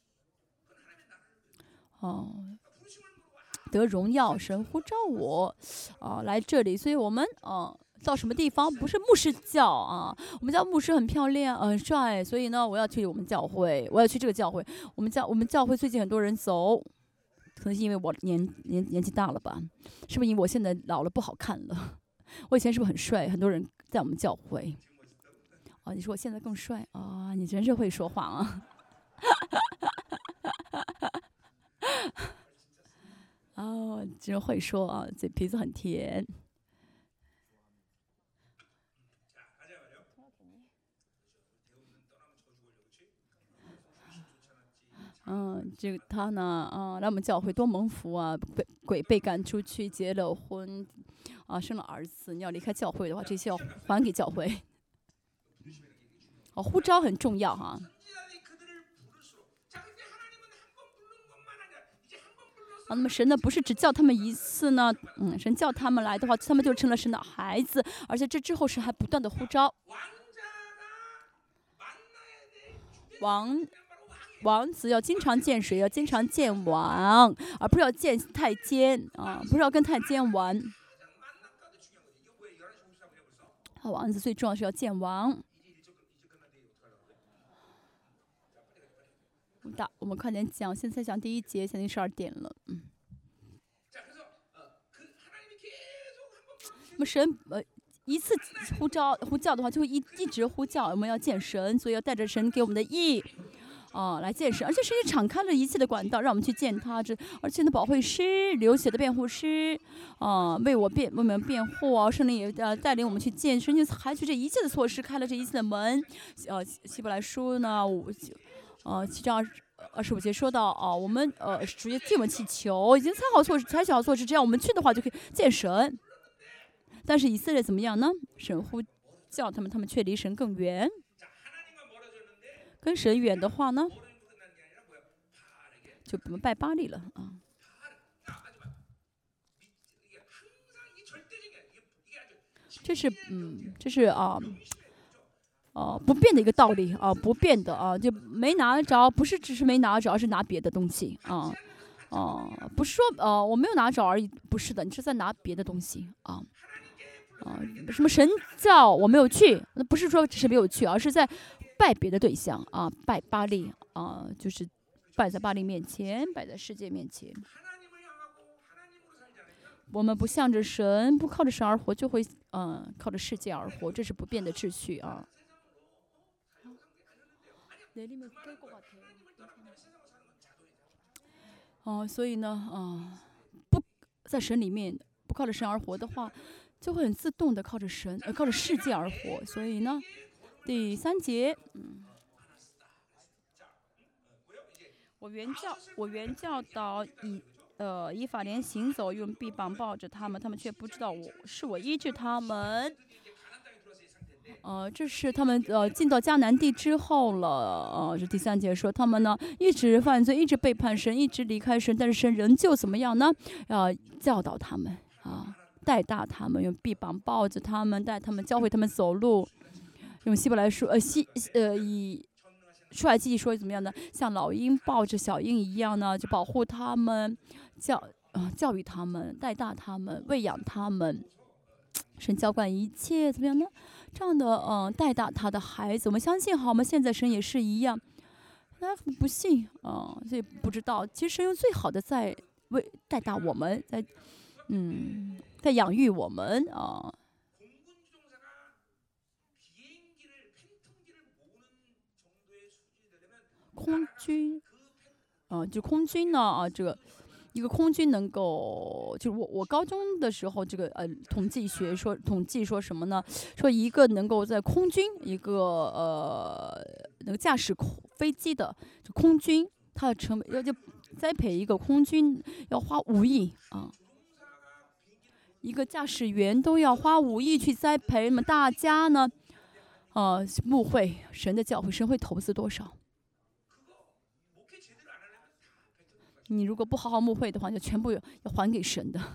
得荣耀，神呼召我来这里，所以我们到什么地方不是牧师教啊？我们家牧师很漂亮，很帅，所以呢，我要去我们教会，我要去这个教会。我们教会最近很多人走，可能是因为我年纪大了吧？是不是因为我现在老了不好看了？我以前是不是很帅？很多人在我们教会。你说我现在更帅啊？你真是会说话啊！真会说啊，嘴皮子很甜。这个他呢，来我们教会多蒙福啊，被赶出去，结了婚，生了儿子。你要离开教会的话，这些要还给教会。呼召很重要哈。那么神呢，不是只叫他们一次呢，神叫他们来的话，他们就成了神的孩子，而且这之后神还不断的呼召。王子要经常见谁？要经常见王，而不是要见太监不是要跟太监玩。王子最重要是要见王。我们快点讲，现在讲第1节，现在12点了。那么神一次呼叫的话，就会一直呼叫，我们要见神，所以要带着神给我们的义来见神，而且神也敞开了一切的管道，让我们去见他。而且呢，保惠师、流血的辩护师为我们辩护圣灵也带领我们去见神，就采取这一切的措施，开了这一切的门。希伯来书呢7章25节说到我们直接替我们祈求，已经采取好措施，只要我们去的话就可以见神。但是以色列怎么样呢？神呼叫他们却离神更远。跟神远的话呢，就不拜巴力了这是不变的一个道理不变的就没拿着，不是只是没拿着，而是拿别的东西不是说我没有拿着而已，不是的，你是在拿别的东西什么神教我没有去，那不是说只是没有去，而是在拜别的对象拜巴力就是拜在巴力面前，拜在世界面前。我们不向着神，不靠着神而活，就会靠着世界而活，这是不变的秩序所以呢不在神里面，不靠着神而活的话，就会很自动的靠着世界而活。所以呢，第3节，我原教导以法莲行走，用臂膀抱着他们，他们却不知道我医治他们。这是他们进到迦南地之后了这第3节说他们呢一直犯罪，一直背叛神，一直离开神，但是神仍旧怎么样呢？要教导他们带大他们，用臂膀抱着他们，带他们，教会他们走路。用希伯来书以出来记说怎么样呢？像老鹰抱着小鹰一样呢，就保护他们，教育他们，带大他们，喂养他们。神浇灌一切怎么样呢？这样的带大他的孩子，我们相信好吗？现在神也是一样，大家不信所以不知道。其实神用最好的在带大我们，在养育我们空军，就空军呢这个一个空军能够，就是我高中的时候，这个统计说什么呢？说一个能够在空军一个能驾驶飞机的这空军，他要就栽培一个空军要花5亿啊。一个驾驶员都要花5亿去栽培，那么大家呢，牧会神的教会，神会投资多少？你如果不好好牧会的话，就全部要还给神的。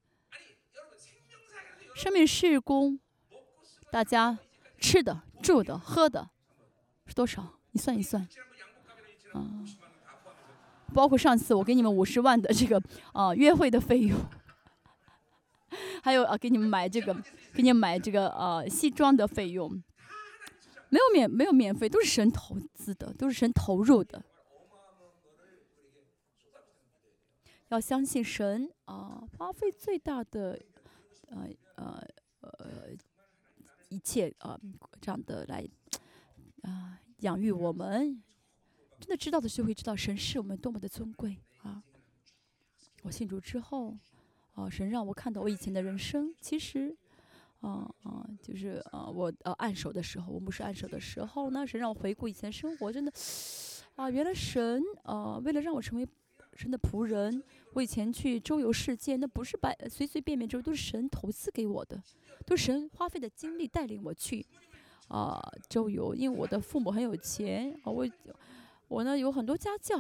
生命事工，大家吃的、住的、喝的是多少？你算一算，包括上次我给你们50万的这个约会的费用，还有给你们买这个西装的费用，没有免费，都是神投资的，都是神投入的。要相信神花费最大的一切这样的来养育我们。真的知道的就会知道神是我们多么的尊贵啊！我信主之后神让我看到我以前的人生，其实就是我按手的时候，我牧师按手的时候呢，神让我回顾以前生活，真的原来神为了让我成为神的仆人，我以前去周游世界，那不是随随便便都是神投资给我的，都是神花费的精力带领我去周游。因为我的父母很有钱我呢有很多家教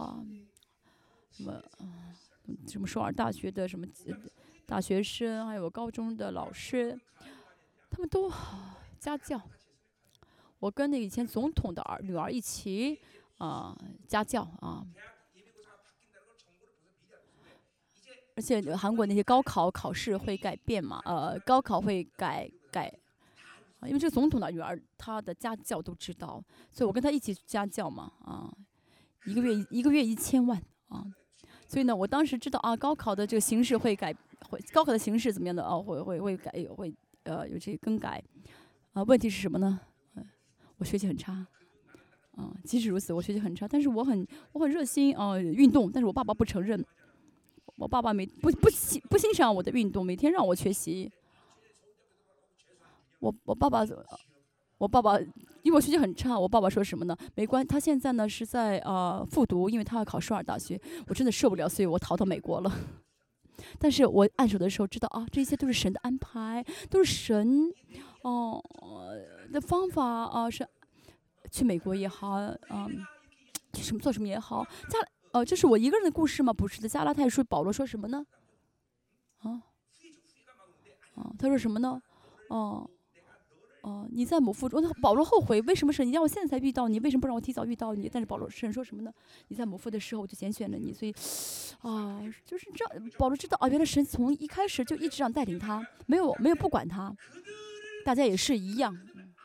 什么首尔大学的什么大学生，还有高中的老师，他们都家教。我跟那以前总统的女儿一起家教而且韩国那些高考考试会改变嘛，高考会改，因为这个总统的女儿她的家教都知道，所以我跟她一起家教嘛一个月1000万所以呢，我当时知道高考的这个形式高考的形式怎么样的会改有这个更改问题是什么呢？我学习很差即使如此，我学习很差，但是我很热心运动，但是我爸爸不承认。我爸爸不欣赏我的运动，每天让我学习。我爸爸，因为我学习很差，我爸爸说什么呢？没关，他现在呢是在复读，因为他要考首尔大学。我真的受不了，所以我逃到美国了。但是我按手的时候知道这些都是神的安排，都是神的方法是去美国也好去做什么也好。这是我一个人的故事吗？不是的，加拉太书保罗说什么呢？他说什么呢？你在母腹中，保罗后悔，为什么是你让我现在才遇到你？为什么不让我提早遇到你？但是神说什么呢？你在母腹的时候我就拣选了你，所以就是这样。保罗知道原来神从一开始就一直这样带领他，没有不管他，大家也是一样。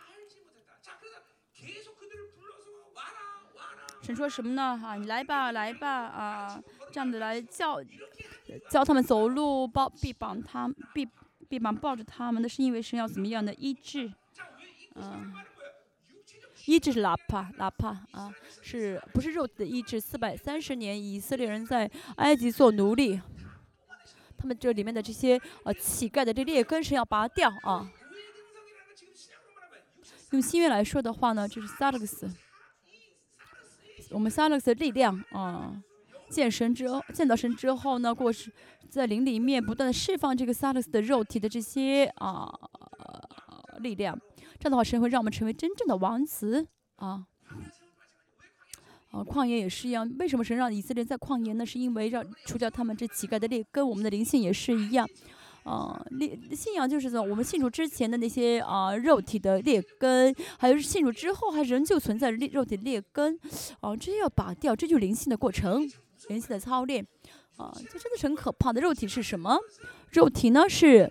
神说什么呢？你来吧，来吧这样的来教他们走路，臂膀抱着他们，那是因为神要怎么样的医治？医治是喇叭是不是肉体的医治？430年以色列人在埃及做奴隶，他们这里面的这些乞丐的这劣根神要拔掉用新约来说的话呢，这是萨勒克斯。我们萨勒克斯的力量见到神之后呢，在灵里面不断的释放这个萨勒克斯的肉体的这些力量，这样的话神会让我们成为真正的王子旷野也是一样，为什么神让以色列在旷野呢？是因为让除掉他们这乞丐的劣根，我们的灵性也是一样。信仰就是我们信主之前的那些肉体的劣根，还有信主之后还仍旧存在肉体的劣根这些要拔掉，这就是灵性的过程，灵性的操练这真的是很可怕的。肉体是什么？肉体呢是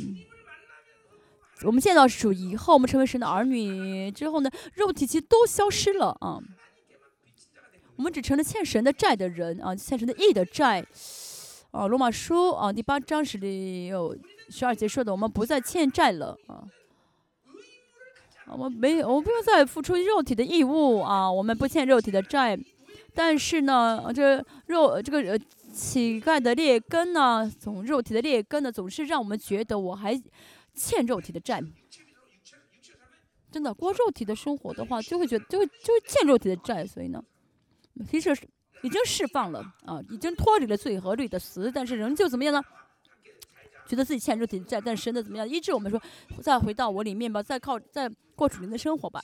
我们见到主以后，我们成为神的儿女之后呢，肉体其实都消失了我们只成了欠神的债的人欠神的义的债。罗马书第8章12节说的，我们不再欠债了我不用再付出肉体的义务啊，我们不欠肉体的债。但是呢，这个乞丐的劣根呢，肉体的劣根呢，总是让我们觉得我还欠肉体的债。真的，过肉体的生活的话，就会欠肉体的债。所以呢，其实已经释放了啊，已经脱离了罪和律的死，但是仍旧怎么样呢？觉得自己欠肉体的债，但是神的怎么样医治我们说，再回到我里面吧，再过属灵的生活吧。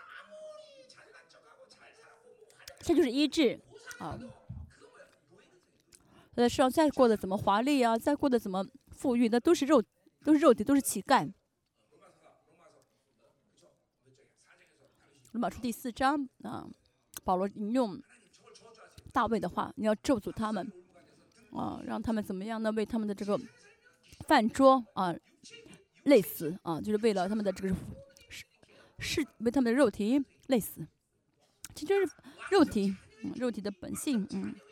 这就是医治啊。世上再过得怎么华丽啊，再过得怎么富裕，那都是肉体，都是乞丐。罗马书第4章啊，保罗引用大卫的话，你要咒诅他们啊，让他们怎么样呢？为他们的这个饭桌啊累死啊，就是为了他们的这个为他们的肉体累死。这就是肉体的本性，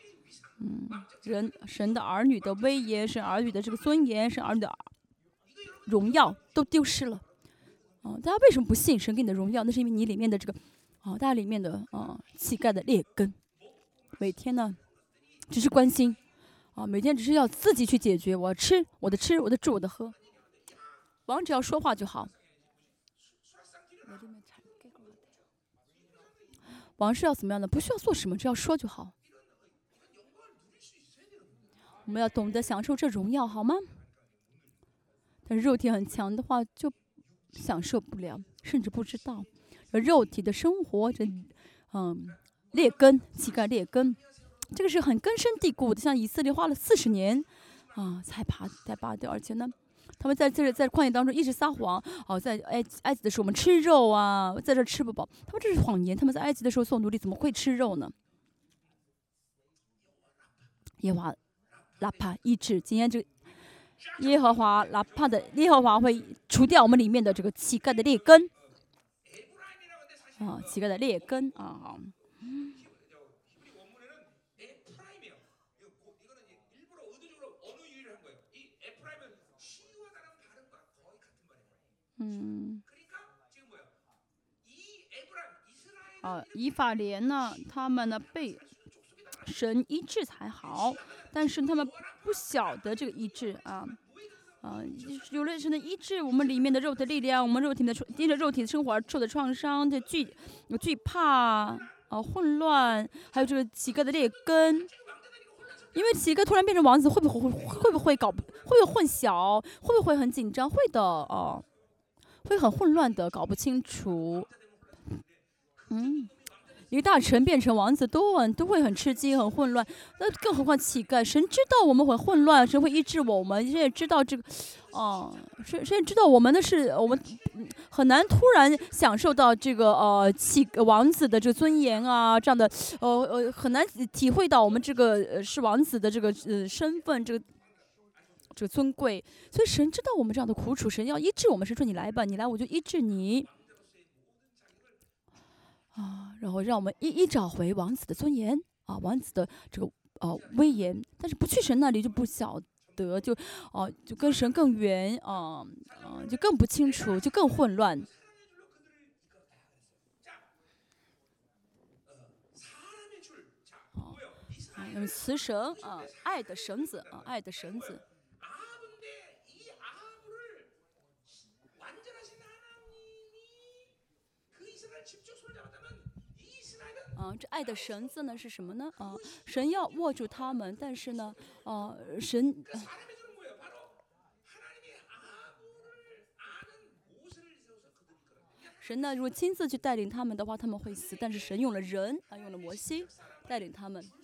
神的儿女的威严，神儿女的这个尊严，神儿女的荣耀都丢失了。大家为什么不信神给你的荣耀？那是因为你里面的这个大家里面的乞丐的劣根，每天呢只是关心每天只是要自己去解决，我吃我的吃，我的住我的喝，王只要说话就好。王是要怎么样的？不需要做什么，只要说就好。我们要懂得享受这荣耀，好吗？但是肉体很强的话，就享受不了，甚至不知道。肉体的生活，劣根，乞丐劣根，这个是很根深蒂固的。像以色列花了40年才拔掉，而且呢，他们在旷野当中一直撒谎在埃及的时候我们吃肉啊，在这吃不饱，他们这是谎言。他们在埃及的时候做奴隶，怎么会吃肉呢？耶和华拉帕医治，今天这个耶和华拉帕的耶和华会除掉我们里面的这个乞丐的劣根乞丐的劣根以法莲呢，他们呢被神医治才好，但是他们不晓得这个医治有了神的医治，我们里面的肉体力量，我们因着肉体的生活而受的创伤的惧怕混乱，还有这个乞丐的劣根。因为乞丐突然变成王子，会不会混淆？会不会很紧张？会的会很混乱的，搞不清楚。一个大臣变成王子都会很吃惊，很混乱。那更何况乞丐？神知道我们很混乱，神会医治我们。神也知道这个，神也知道我们的是，我们很难突然享受到这个王子的这个尊严这样的很难体会到我们这个是王子的这个身份，这个尊贵。所以神知道我们这样的苦楚，神要医治我们。神说你来吧，你来我就医治你。然后让我们一找回王子的尊严王子的这个威严，但是不去神那里就不晓得，就跟神更远就更不清楚，就更混乱。用雌绳爱的绳子爱的绳子。这爱的绳子呢是什么呢？神要握住他们，但是呢，神呢，如果亲自去带领他们的话，他们会死。但是神用了人用了摩西带领他们。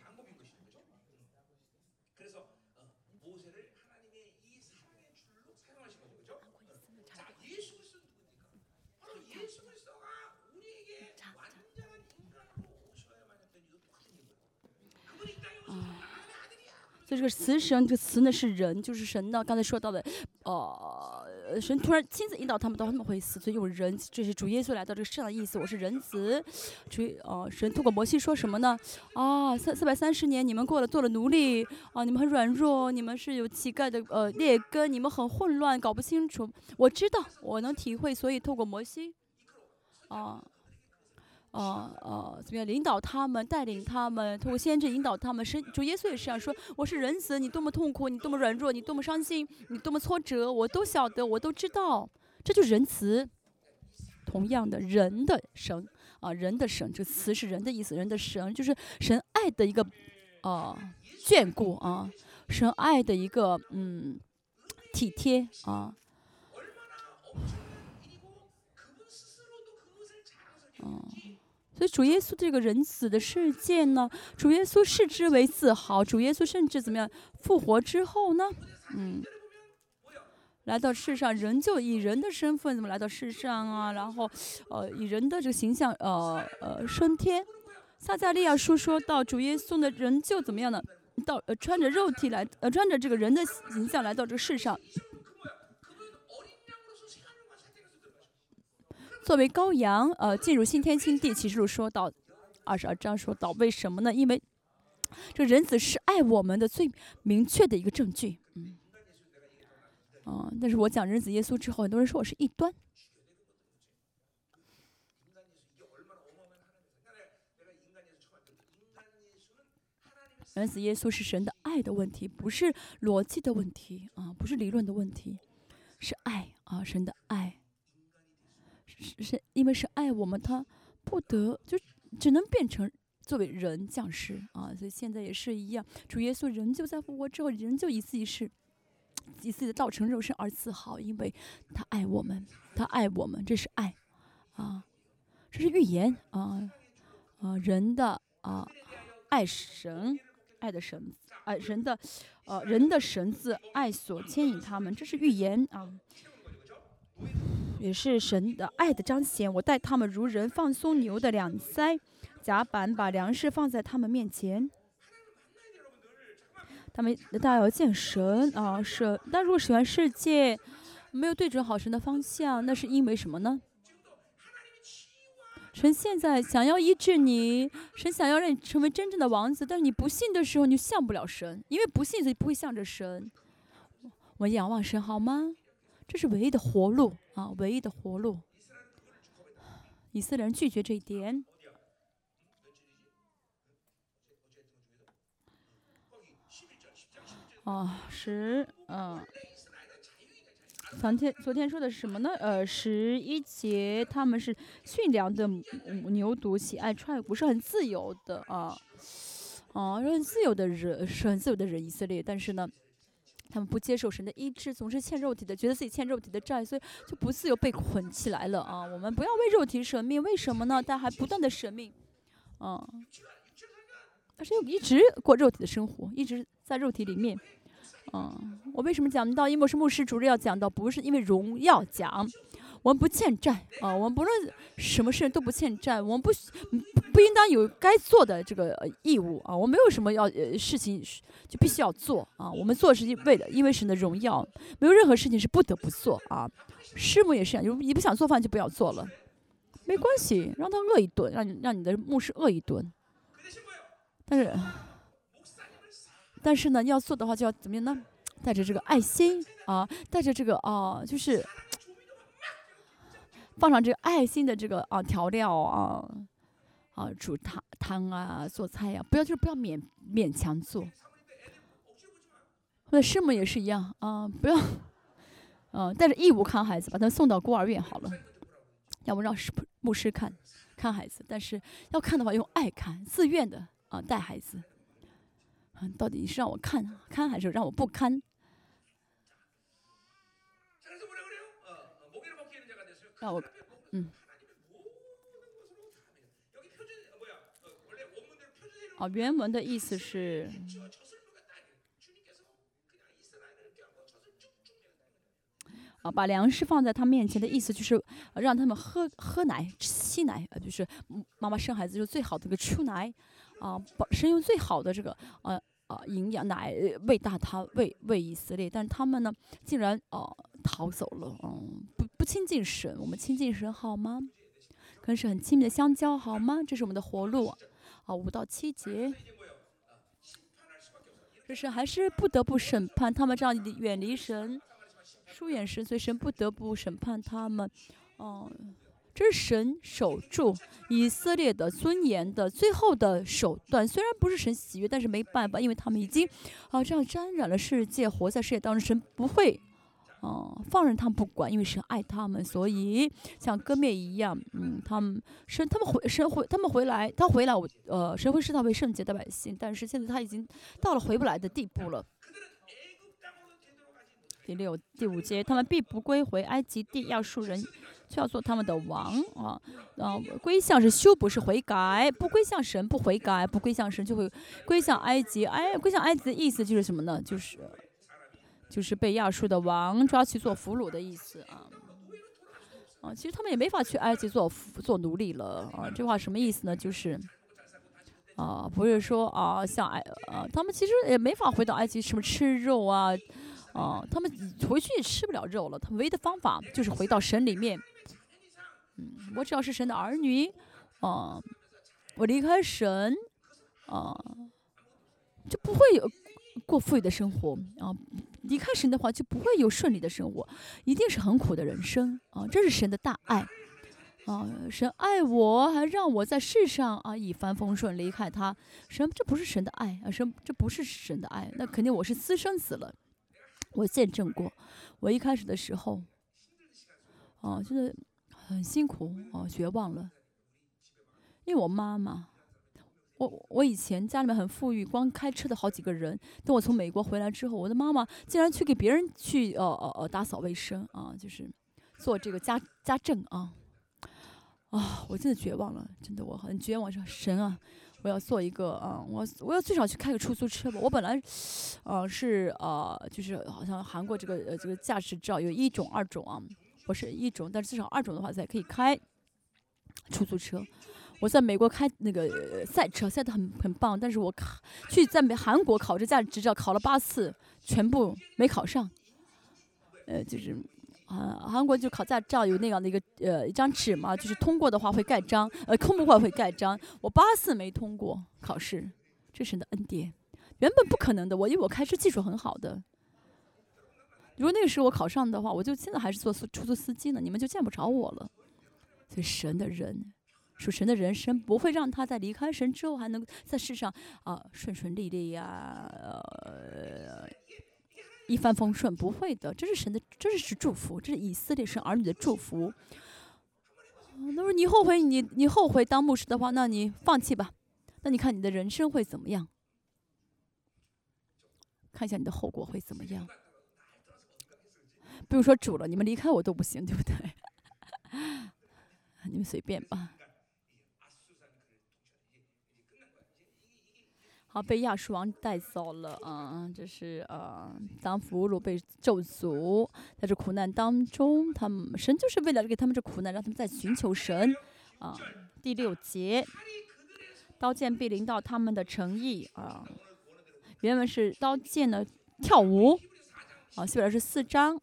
所以这个词神，这个词呢是人，就是神呢刚才说到的，神突然亲自引导他们，他们会死，所以用人，这是主耶稣来到这个世上的意思。我是人子，神通过摩西说什么呢？430年你们做了奴隶你们很软弱，你们是有乞丐的劣根，你们很混乱，搞不清楚。我知道，我能体会，所以透过摩西啊。怎么样领导他们、带领他们，通过先知引导他们。主耶稣也是这样说：我是人子，你多么痛苦，你多么软弱，你多么伤心，你多么挫折，我都晓得，我都知道。这就是仁慈。同样的，人的神人的神，这个词是人的意思，人的神就是神爱的一个眷顾神爱的一个体贴所以主耶稣这个人子的事件呢，主耶稣视之为自豪。主耶稣甚至怎么样复活之后呢，来到世上，仍旧以人的身份怎么来到世上然后以人的这个形象升天。撒迦利亚书说到主耶稣呢，仍旧怎么样呢？穿着肉体穿着这个人的形象来到这个世上。作为羔羊，进入新天新地。启示录说到22章说到，为什么呢？因为这人子是爱我们的最明确的一个证据。但是我讲人子耶稣之后，很多人说我是异端。人子耶稣是神的爱的问题，不是逻辑的问题不是理论的问题，是爱神的爱。是因为是爱我们，他不得就只能变成作为人降世所以现在也是一样，主耶稣仍旧在复活之后，仍旧以自己的道成肉身而自豪，因为他爱我们，他爱我们，这是爱这是预言人的爱神，爱的神，人的神自爱所牵引他们，这是预言也是神的爱的彰显。我待他们如人放松牛的两腮，甲板把粮食放在他们面前。大家要见神但如果喜欢世界，没有对准好神的方向，那是因为什么呢？神现在想要医治你，神想要让你成为真正的王子，但是你不信的时候，你就向不了神，因为不信，所以不会向着神。我们仰望神好吗？这是唯一的活路唯一的活路。以色列人拒绝这一点。昨天说的是什么呢？11节，他们是驯良的牛犊，喜爱踹鼓，是很自由的是很自由的人，以色列。但是呢，他们不接受神的医治，总是欠肉体的，觉得自己欠肉体的债，所以就不自由，被捆起来了我们不要为肉体舍命，为什么呢？但还不断的舍命但是又一直过肉体的生活，一直在肉体里面我为什么讲到因为是牧师主日要讲到，不是因为荣耀讲，我们不欠债我们不论什么事都不欠债，我们不应当有该做的这个义务我们没有什么事情就必须要做我们做是因为神的荣耀，没有任何事情是不得不做师母也是这样，你不想做饭就不要做了，没关系，让他饿一顿，让你的牧师饿一顿，但是呢，要做的话就要怎么样呢？带着这个爱心带着这个就是放上这个爱心的这个调料煮汤做菜不要勉强做。或者师母也是一样不要带着义务看孩子，把他们送到孤儿院好了，要不让牧师看孩子，但是要看的话用爱看，自愿的带孩子。到底是让我看还是让我不看？让我原文的意思是把粮食放在他面前的意思就是让他们喝奶吸奶就是妈妈生孩子就最好的一个出奶神用最好的这个营养奶喂以色列，但是他们呢竟然逃走了不亲近神。我们亲近神好吗？跟神很亲密的相交好吗？这是我们的活路5到7节。这是还是不得不审判他们这样远离神疏远神，所以神不得不审判他们这是神守住以色列的尊严的最后的手段。虽然不是神喜悦，但是没办法，因为他们已经这样沾染了世界，活在世界当中，神不会放任他们不管，因为神爱他们，所以像割灭一样，他们回来，他回来，神会视他为圣洁的百姓，但是现在他已经到了回不来的地步了。第五节，他们必不归回埃及地，亚述人却要做他们的王归向是修补，是悔改，不归向神不悔改，不归向神就会归向埃及。归向埃及的意思就是什么呢？就是被亚述的王抓去做俘虏的意思其实他们也没法去埃及做奴隶了这话什么意思呢？就是不是说他们其实也没法回到埃及什么吃肉他们回去也吃不了肉了。他们唯一的方法就是回到神里面。我只要是神的儿女我离开神就不会有过富裕的生活离开神的话就不会有顺利的生活，一定是很苦的人生这是神的大爱神爱我，还让我在世上一帆风顺。离开他，这不是神的爱这不是神的爱，那肯定我是私生子了。我见证过，我一开始的时候真的很辛苦绝望了，因为我妈妈。我以前家里面很富裕，光开车的好几个人。等我从美国回来之后，我的妈妈竟然去给别人去打扫卫生就是做这个家政我真的绝望了，真的我很绝望。说神我要做一个我要最少去开个出租车吧。我本来就是好像韩国这个驾驶执照有1种、2种我是1种，但是至少2种的话才可以开出租车。我在美国开那个赛车，赛得很棒，但是我在韩国考这驾驶执照考了8次，全部没考上。就是韩国就考驾照有那样的一张纸嘛，就是通过的话会盖章，通不过会盖章。我8次没通过考试，这是神的恩典，原本不可能的。因为我开车技术很好的，如果那个时候我考上的话，我就现在还是做出租司机呢，你们就见不着我了。所以神的人。属神的人生不会让他在离开神之后还能在世上顺顺利利一帆风顺，不会的。这是神的，这是祝福，这是以色列神儿女的祝福。那么你后悔，你后悔当牧师的话，那你放弃吧。那你看你的人生会怎么样？看一下你的后果会怎么样？不用说主了，你们离开我都不行，对不对？你们随便吧。好，被亚述王带走了这是当俘虏被咒诅，在这苦难当中，神就是为了给他们这苦难，让他们再寻求神第6节，刀剑必临到他们的城邑原文是刀剑呢跳舞希伯来是4章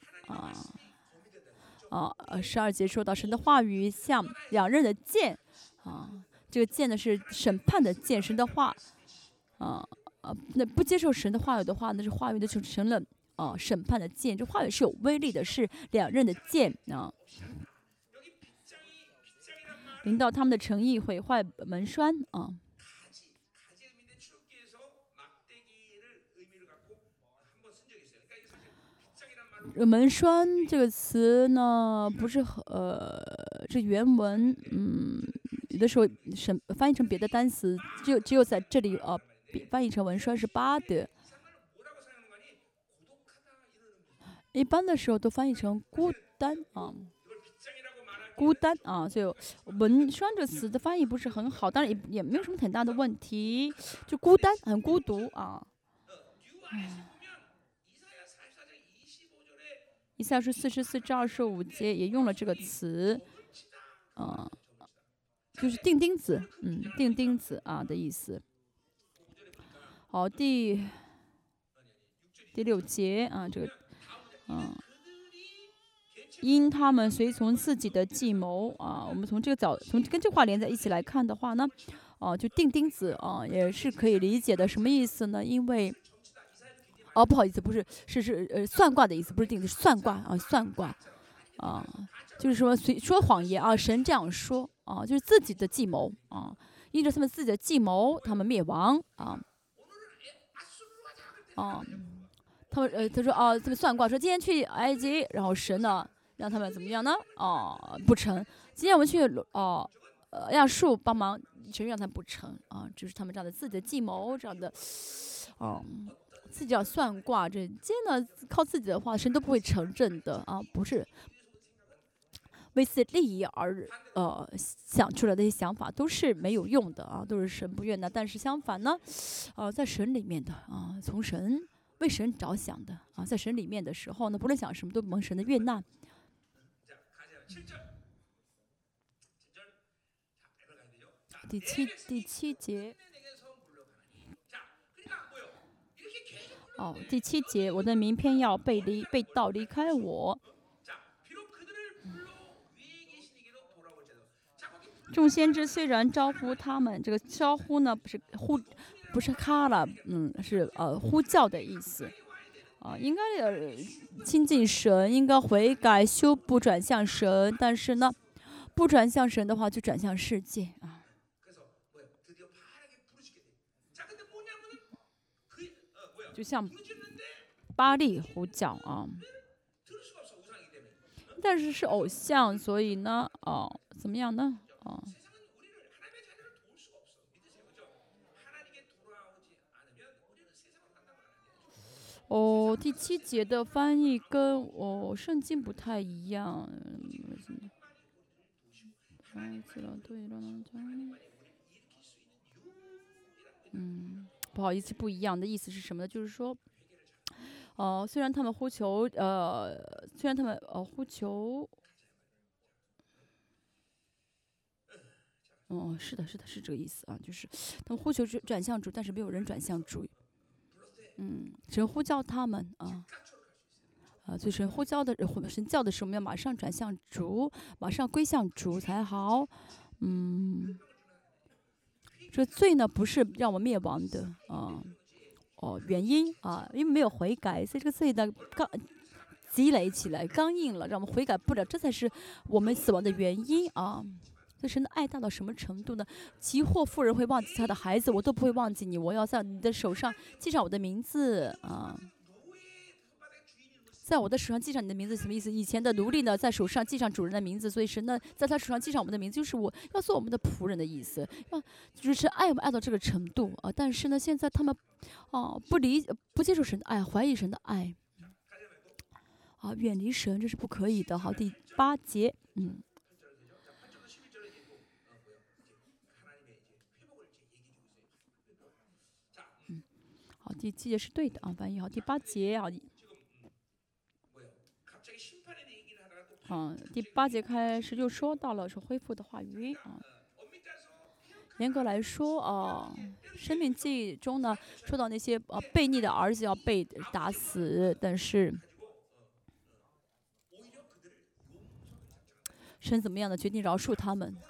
12节说到神的话语像2刃的剑这个剑呢是审判的剑，神的话。那不接受神的话语的话，那这话语就成了审判的剑。这话语是有威力的，是2刃的剑临到他们的城邑，毁坏门栓门栓这个词呢，不是这原文有的时候翻译成别的单词，只有在这里翻译成文栓是巴的，一般的时候都翻译成孤单孤单所以文栓这个词的翻译不是很好，当然也没有什么很大的问题，就孤单很孤独以赛亚书44章25节也用了这个词就是钉钉子钉钉子的意思。好，第6节这个因他们随从自己的计谋我们从跟这话连在一起来看的话呢就钉钉子也是可以理解的。什么意思呢？因为不好意思，不是是算卦的意思，不是钉子，是算卦算卦啊，就是说说谎言啊，神这样说啊，就是自己的计谋啊，依着他们自己的计谋，他们灭亡啊。哦，他说哦，这么算卦说今天去埃及，然后神呢让他们怎么样呢？哦，不成。今天我们去亚述帮忙，神让他们不成啊，就是他们这样的自己的计谋，这样的，自己要算卦，这今天呢靠自己的话，神都不会成正的啊，不是为自己利益而想出来的一些想法都是没有用的啊，都是神不悦纳。但是相反呢，在神里面的啊，从神为神着想的啊，在神里面的时候呢，不论想什么都蒙神的悦纳。第七节。第7节，我的名偏要被盗离开我。众先知虽然招呼他们，这个招呼呢不是卡了，是呼叫的意思。应该亲近神，应该悔改修补转向神，但是呢，不转向神的话，就转向世界啊。就像巴利呼叫啊，但是是偶像，所以呢，怎么样呢？第7节的翻译跟圣经不太一样。不好意思，不一样的意思是什么呢？就是说，虽然他们呼求，虽然他们呼求，是的，是这个意思啊，就是他们呼求转向主，但是没有人转向主。神呼叫他们所以神呼叫的，神叫的时候，我们要马上转向主，马上归向主才好。这罪呢不是让我灭亡的原因因为没有悔改，所以这个罪呢积累起来，刚硬了，让我们悔改不了，这才是我们死亡的原因啊。这神的爱大到什么程度呢？急祸妇人会忘记他的孩子，我都不会忘记你，我要在你的手上记上我的名字啊。在我的手上记上你的名字什么意思？以前的奴隶呢，在手上记上主人的名字，所以神呢，在他手上记上我们的名字，就是我要做我们的仆人的意思。就是爱我们爱到这个程度啊，但是呢，现在他们不接受神的爱，怀疑神的爱远离神，这是不可以的。好，第8节，好，第7节是对的啊，翻译好。第8节第8节开始就说到了是恢复的话语啊。严格来说生命记中呢说到那些悖逆的儿子要被打死，但是神怎么样的决定饶恕他们？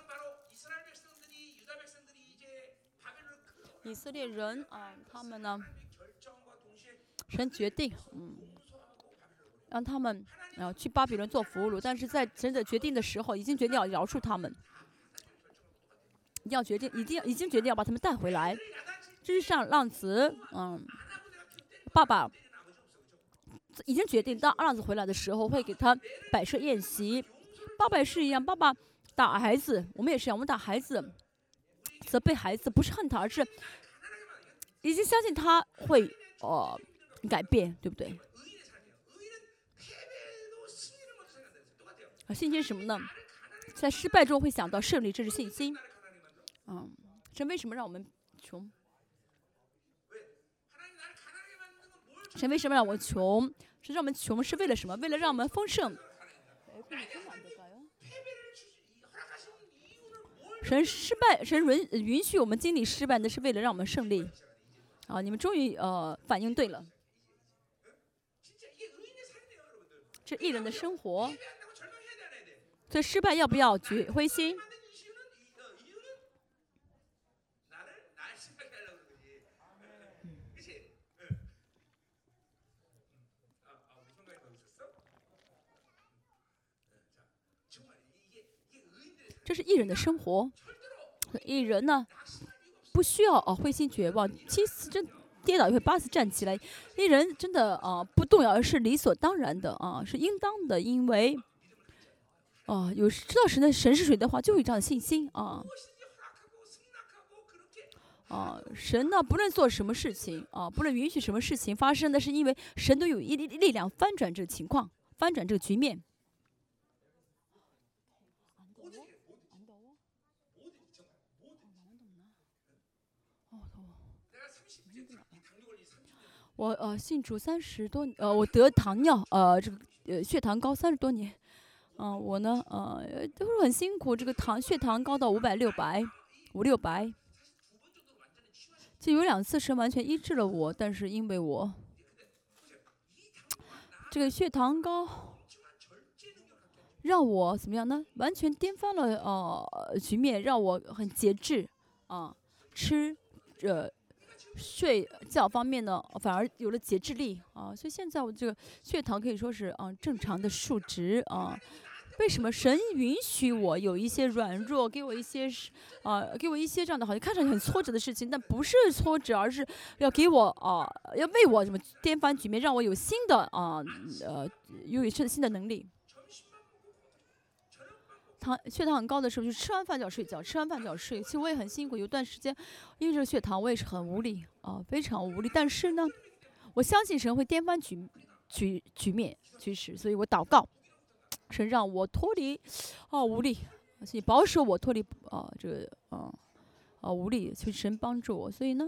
以色列人他们呢，神决定让他们去巴比伦做俘虏，但是在神的决定的时候，已经决定要饶恕他们，已经决定要把他们带回来。这是上浪子，爸爸已经决定，当浪子回来的时候会给他摆设宴席。爸爸也是一样，爸爸打孩子，我们也是一样，我们打孩子，责备孩子，不是恨他，而是已经相信他会改变，对不对？信心是什么呢？在失败中会想到胜利，这是信心。神为什么让我们穷？神为什么让我们穷？是让我们穷是为了什么？为了让我们丰盛。神允许我们经历失败，那是为了让我们胜利。你们终于反应对了。这艺人的生活，所以失败要不要灰心？ 这是艺人的生活。艺人呢，不需要灰心绝望，7次真跌倒也会8次站起来。艺人真的不动摇，是理所当然的是应当的，因为有知道神是谁的话，就有这样的信心神呢，不论做什么事情不论允许什么事情发生，那是因为神都有力量翻转这个情况，翻转这个局面。我信主30多，我得糖尿，这个血糖高30多年，我呢都是很辛苦，这个血糖高到500、600，就有2次神完全医治了我，但是因为我这个血糖高，让我怎么样呢？完全颠翻了局面，让我很节制吃睡觉方面呢，反而有了节制力所以现在我这个血糖可以说是正常的数值为什么神允许我有一些软弱，给我一些这样的好像看上去很挫折的事情，但不是挫折，而是要给我要为我什么颠翻局面，让我有新的有新的能力。血糖很高的时候，就吃完饭就要睡觉，吃完饭就要睡。其实我也很辛苦，有段时间因为这个血糖，我也是很无力非常无力。但是呢，我相信神会颠翻局面局势，所以我祷告，神让我脱离无力，所以保守我脱离这个无力，求神帮助我。所以呢，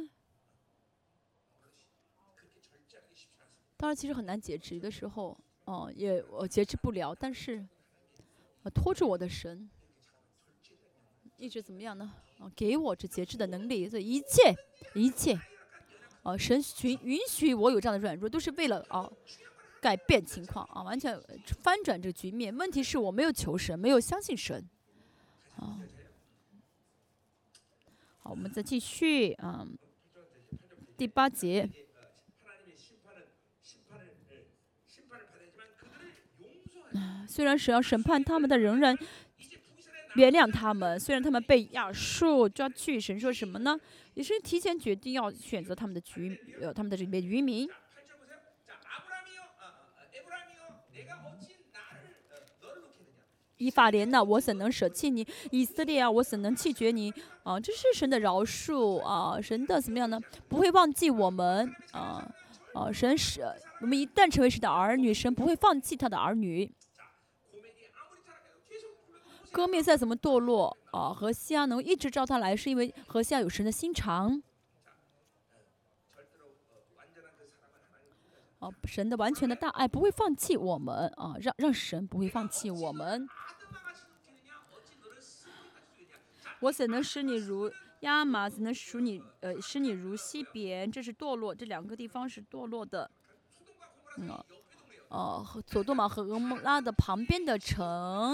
当然其实很难节制，有的时候我节制不了，但是。拖住我的神，一直怎么样呢？给我这节制的能力，所以一切，神允许我有这样的软弱，都是为了改变情况完全翻转这个局面。问题是我没有求神，没有相信神好，我们再继续第8节。虽然神要审判他们，但仍然原谅他们。虽然他们被亚述抓去，神说什么呢？也是提前决定要选择他们的他们的这边渔民。以法莲呐，我怎能舍弃你？以色列啊，我怎能弃绝你？这是神的饶恕神的怎么样呢？不会忘记我们神是我们一旦成为神的儿女，神不会放弃他的儿女。歌篾再怎么堕落何西阿能一直照他来，是因为何西阿有神的心肠神的完全的大爱不会放弃我们让神不会放弃我们。我怎能使你如亚玛，怎能使你如西边？这是堕落，这2个地方是堕落的。索多玛和俄摩拉的旁边的城。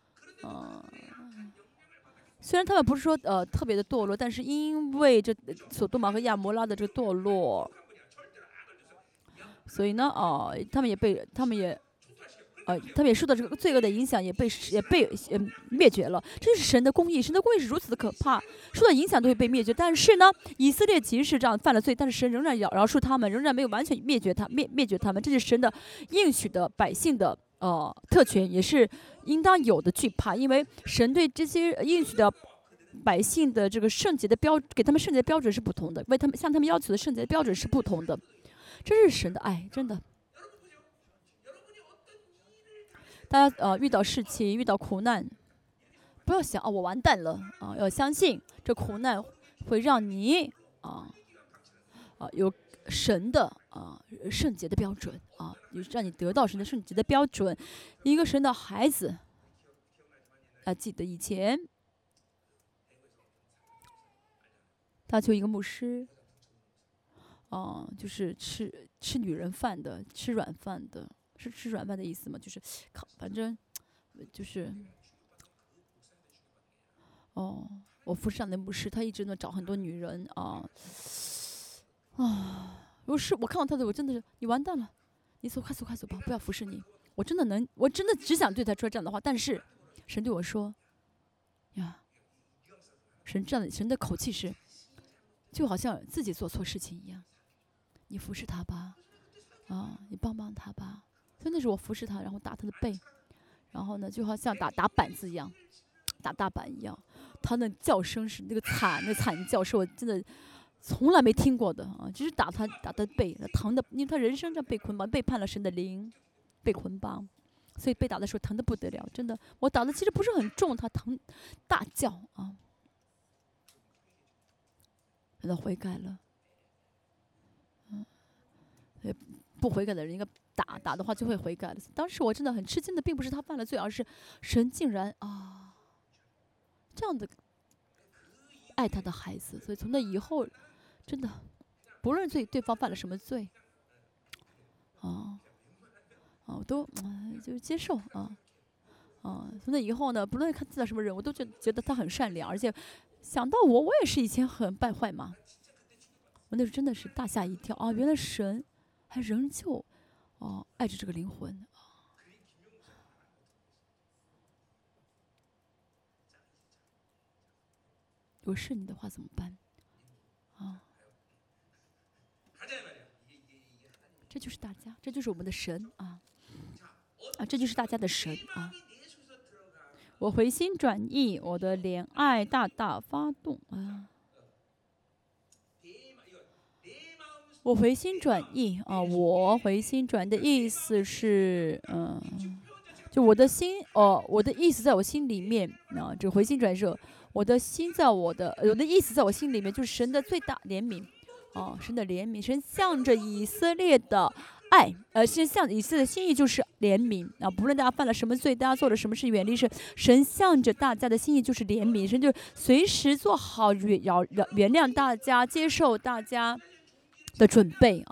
虽然他们不是说特别的堕落，但是因为这索多玛和亚摩拉的这个堕落，所以呢他们也受到这个罪恶的影响，也被灭绝了。这是神的公义，神的公义是如此的可怕，受到影响都会被灭绝。但是呢，以色列即使这样犯了罪，但是神仍然饶恕他们，仍然没有完全灭绝他们。这是神的应许的百姓的特权，也是应当有的惧怕，因为神对这些应许的百姓的这个圣洁的给他们圣洁的标准是不同的，向他们要求的圣洁的标准是不同的。这是神的爱，真的。大家遇到事情、遇到苦难，不要想我完蛋了要相信这苦难会让你有神的圣洁的标准让你得到神的圣洁的标准。一个神的孩子记得以前他求一个牧师就是吃女人饭的，吃软饭的，是吃软饭的意思吗？就是反正就是我服侍上的牧师，他一直呢找很多女人我看到他的，我真的是你完蛋了，你走，快走吧，不要服侍你。我真的只想对他说这样的话，但是神对我说， 呀，神的口气是，就好像自己做错事情一样，你服侍他吧，你帮帮他吧。真的是我服侍他，然后打他的背，然后呢，就好像打板子一样，打大板一样。他那叫声是那个惨叫，是我真的从来没听过的啊！就是打他背，疼的，因为他人生上被捆绑，背叛了神的灵，被捆绑，所以被打的时候疼得不得了，真的。我打的其实不是很重，他疼，大叫啊！他悔改了，不悔改的人应该打的话就会悔改的。当时我真的很吃惊的，并不是他犯了罪，而是神竟然这样的爱他的孩子。所以从那以后，真的不论对方犯了什么罪，我都就接受从那以后呢，不论看见到什么人，我都觉得他很善良，而且想到我也是以前很败坏嘛。我那时候真的是大吓一跳原来神还仍旧爱着这个灵魂。如果是你的话怎么办？这就是大家，这就是我们的神这就是大家的神我回心转意，我的怜爱大大发动我回心转意我回心转的意思是就我的心我的意思在我心里面这个回心转意是我的心在我的意思在我心里面，就是神的最大怜悯神的怜悯，神向着以色列的爱是向以色列的心意就是怜悯不论大家犯了什么罪，大家做了什么事，远离神向着大家的心意就是怜悯，神就随时做好原谅大家，接受大家的准备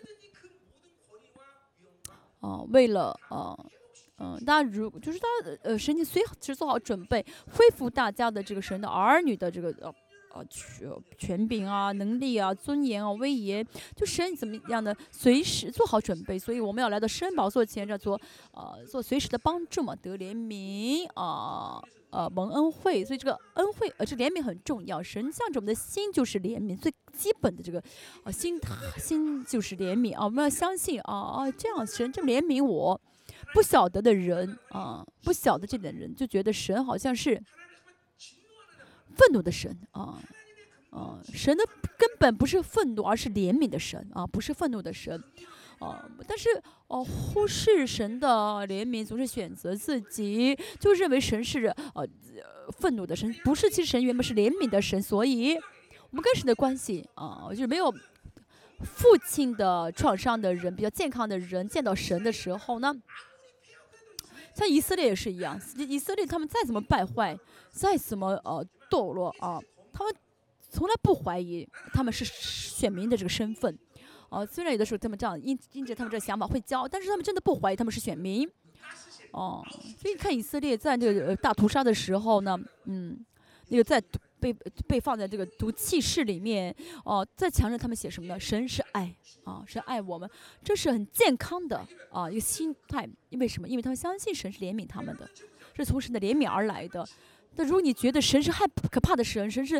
为了大家就是他神经随时做好准备，恢复大家的这个神的儿女的这个权柄能力尊严威严，就神怎么样的随时做好准备。所以我们要来到施恩宝座前，做随时的帮助嘛，得怜悯蒙恩惠。所以这个恩惠这怜悯很重要。神向着我们的心就是怜悯，最基本的这个心就是怜悯我们要相信这样神这么怜悯我。不晓得的人不晓得这点的人就觉得神好像是愤怒的神神的根本不是愤怒，而是怜悯的神不是愤怒的神但是忽视神的怜悯，总是选择自己，就认为神是愤怒的神，不是。其实神原本是怜悯的神，所以我们跟神的关系就是没有父亲的创伤的人，比较健康的人见到神的时候呢，像以色列也是一样，以色列他们再怎么败坏，再怎么堕落他们从来不怀疑他们是选民的这个身份虽然有的时候他们这样因着他们这个想法会骄傲，但是他们真的不怀疑他们是选民所以看以色列在这个大屠杀的时候呢那个在被放在这个毒气室里面在墙上他们写什么呢？神是爱神爱我们，这是很健康的一个心态。为什么？因为他们相信神是怜悯他们的，是从神的怜悯而来的。但如果你觉得神是害可怕的神，神是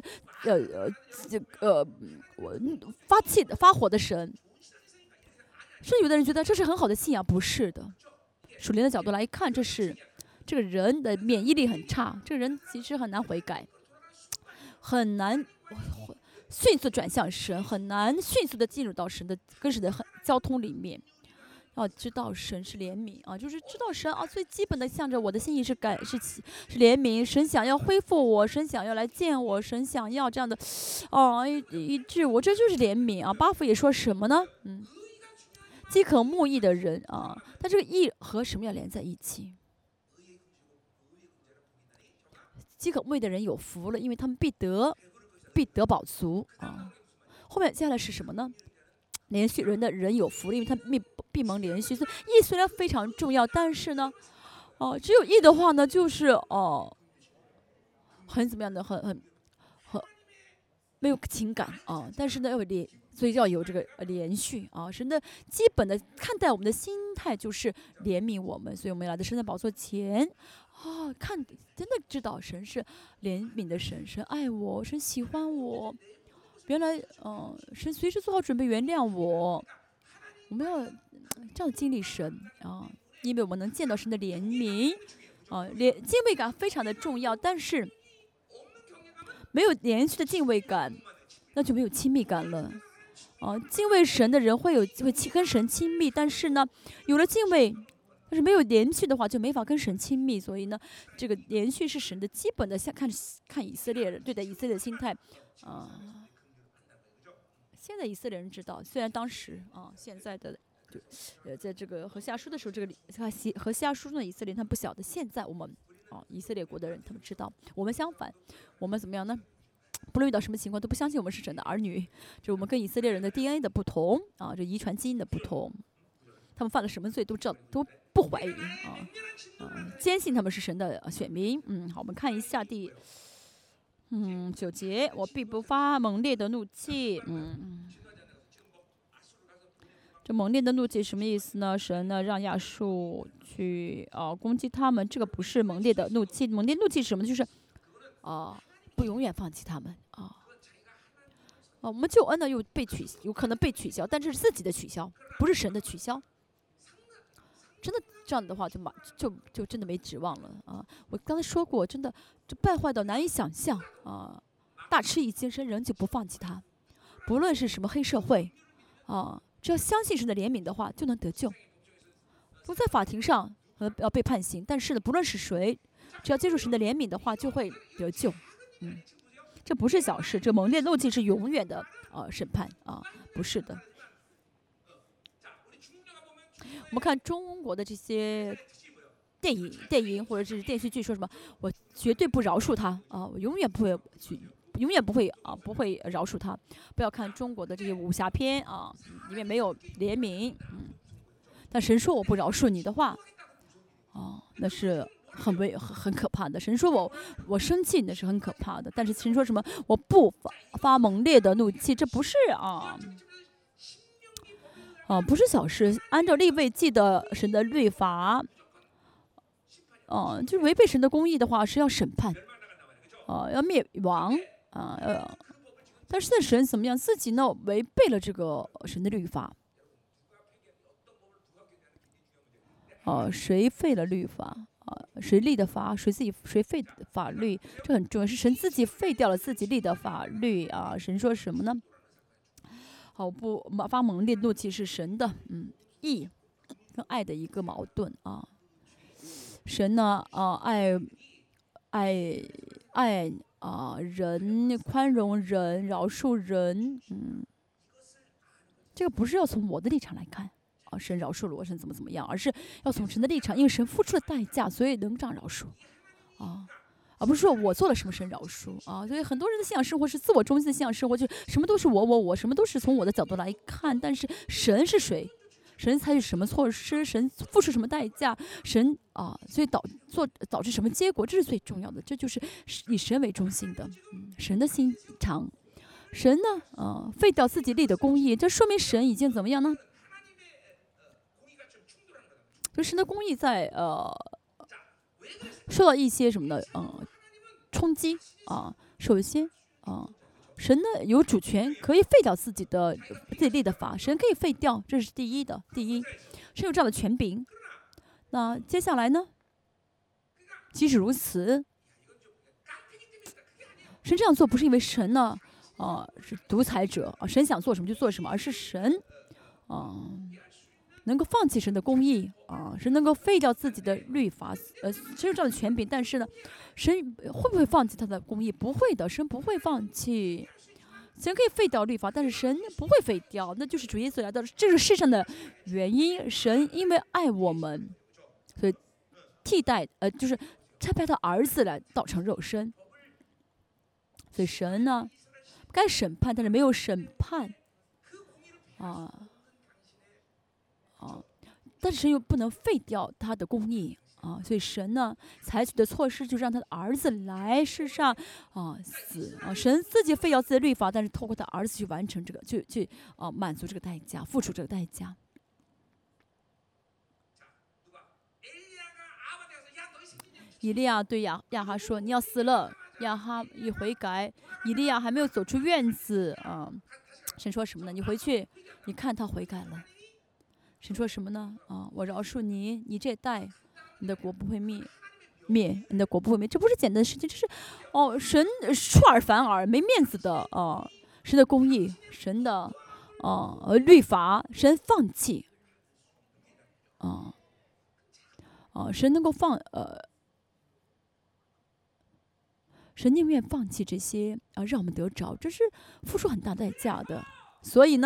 发火的神，甚至有的人觉得这是很好的信仰，不是的。属灵的角度来看，这个人的免疫力很差，这个人其实很难悔改，很难迅速转向神，很难迅速的进入到跟神的交通里面。要知道神是怜悯就是知道神最基本的向着我的心意是怜悯，神想要恢复我，神想要来见我，神想要这样的医治我，这就是怜悯巴父也说什么呢？饥渴慕义的人他这个义和什么要连在一起？饥渴慕义的人有福了，因为他们必得饱足后面接下来是什么呢？连续人的人有福了，因为他必蒙连续。所以义虽然非常重要，但是呢只有义的话呢，就是很怎么样的，很没有情感啊，但是呢所以要有这个连续啊。神的基本的看待我们的心态就是怜悯我们，所以我们来到神的宝座前啊，真的知道神是怜悯的神，神爱我，神喜欢我。原来神随时做好准备原谅我。我们要这样经历神啊，因为我们能见到神的怜悯啊，敬畏感非常的重要，但是没有连续的敬畏感，那就没有亲密感了。敬畏神的人会跟神亲密，但是呢，有了敬畏，但是没有连续的话，就没法跟神亲密。所以呢，这个连续是神的基本的，像看以色列人对待以色列的心态现在以色列人知道，虽然当时现在的在这个何西阿书的时候，这个何西阿书的以色列他不晓得，现在我们以色列国的人他们知道。我们相反，我们怎么样呢？不论遇到什么情况，都不相信我们是神的儿女。这我们跟以色列人的 DNA 的不同这遗传基因的不同。他们犯了什么罪都知道，都不怀疑坚信他们是神的选民。好，我们看一下第9节，我必不发猛烈的怒气。这猛烈的怒气什么意思呢？神呢让亚述去攻击他们，这个不是猛烈的怒气。猛烈怒气是什么？就是不永远放弃他们我们救恩呢有可能被取消，但这是自己的取消，不是神的取消。真的这样的话就真的没指望了我刚才说过，真的这败坏到难以想象大吃一惊，神仍旧不放弃他，不论是什么黑社会只要相信神的怜悯的话，就能得救。不在法庭上要被判刑，但是呢，不论是谁，只要接受神的怜悯的话，就会得救。这不是小事，这猛烈怒气是永远的审判不是的。我们看中国的这些电影或者是电视剧，说什么我绝对不饶恕他我永远不会不会饶恕他。不要看中国的这些武侠片里面没有怜悯但神说我不饶恕你的话那是很可怕的。神说我生气，那是很可怕的。但是神说什么我不发猛烈的怒气，这不是不是小事。按照利未记的神的律法就是违背神的公义的话是要审判要灭亡但是现在神怎么样？自己呢违背了这个神的律法谁废了律法谁立的法，谁废的法律，这很重要。是神自己废掉了自己立的法律神说什么呢？不发猛烈怒气是神的义跟爱的一个矛盾神呢爱人，宽容人，饶恕人这个不是要从我的立场来看神饶恕了我，神怎么样，而是要从神的立场，因为神付出了代价，所以能这样饶恕而不是说我做了什么神饶恕所以很多人的信仰生活是自我中心的信仰生活，就什么都是我，什么都是从我的角度来看。但是神是谁？神采取什么措施？神付出什么代价？神所以导致什么结果？这是最重要的，这就是以神为中心的神的心肠。神呢废掉自己立的公义，这说明神已经怎么样呢？就神的公义在受到一些什么的冲击首先神呢有主权，可以废掉自己立的法，神可以废掉，这是第一，神有这样的权柄。那接下来呢？即使如此，神这样做不是因为神呢是独裁者神想做什么就做什么，而是神能够放弃神的公义神能够废掉自己的律法神有这样的权柄。但是呢，神会不会放弃他的公义？不会的，神不会放弃。神可以废掉律法，但是神不会废掉，那就是主耶稣来到这个世上的原因。神因为爱我们，所以替代就是差派他儿子来道成肉身。所以神呢该审判，但是没有审判但是神又不能废掉他的公义所以神呢采取的措施就让他的儿子来世上死神自己废掉自己的律法，但是透过他儿子去完成这个，去满足这个代价，付出这个代价。以利亚对亚哈说：“你要死了。”亚哈一悔改，以利亚还没有走出院子神说什么呢？你回去，你看他悔改了。神说什么呢？我饶恕你，你这代，你的国不会灭，你的国不会灭。这不是简单的事情，这是神出尔反尔，没面子的神的公义，神的律法，神放弃神能够神宁愿放弃这些让我们得着，这是付出很大代价的。所以呢，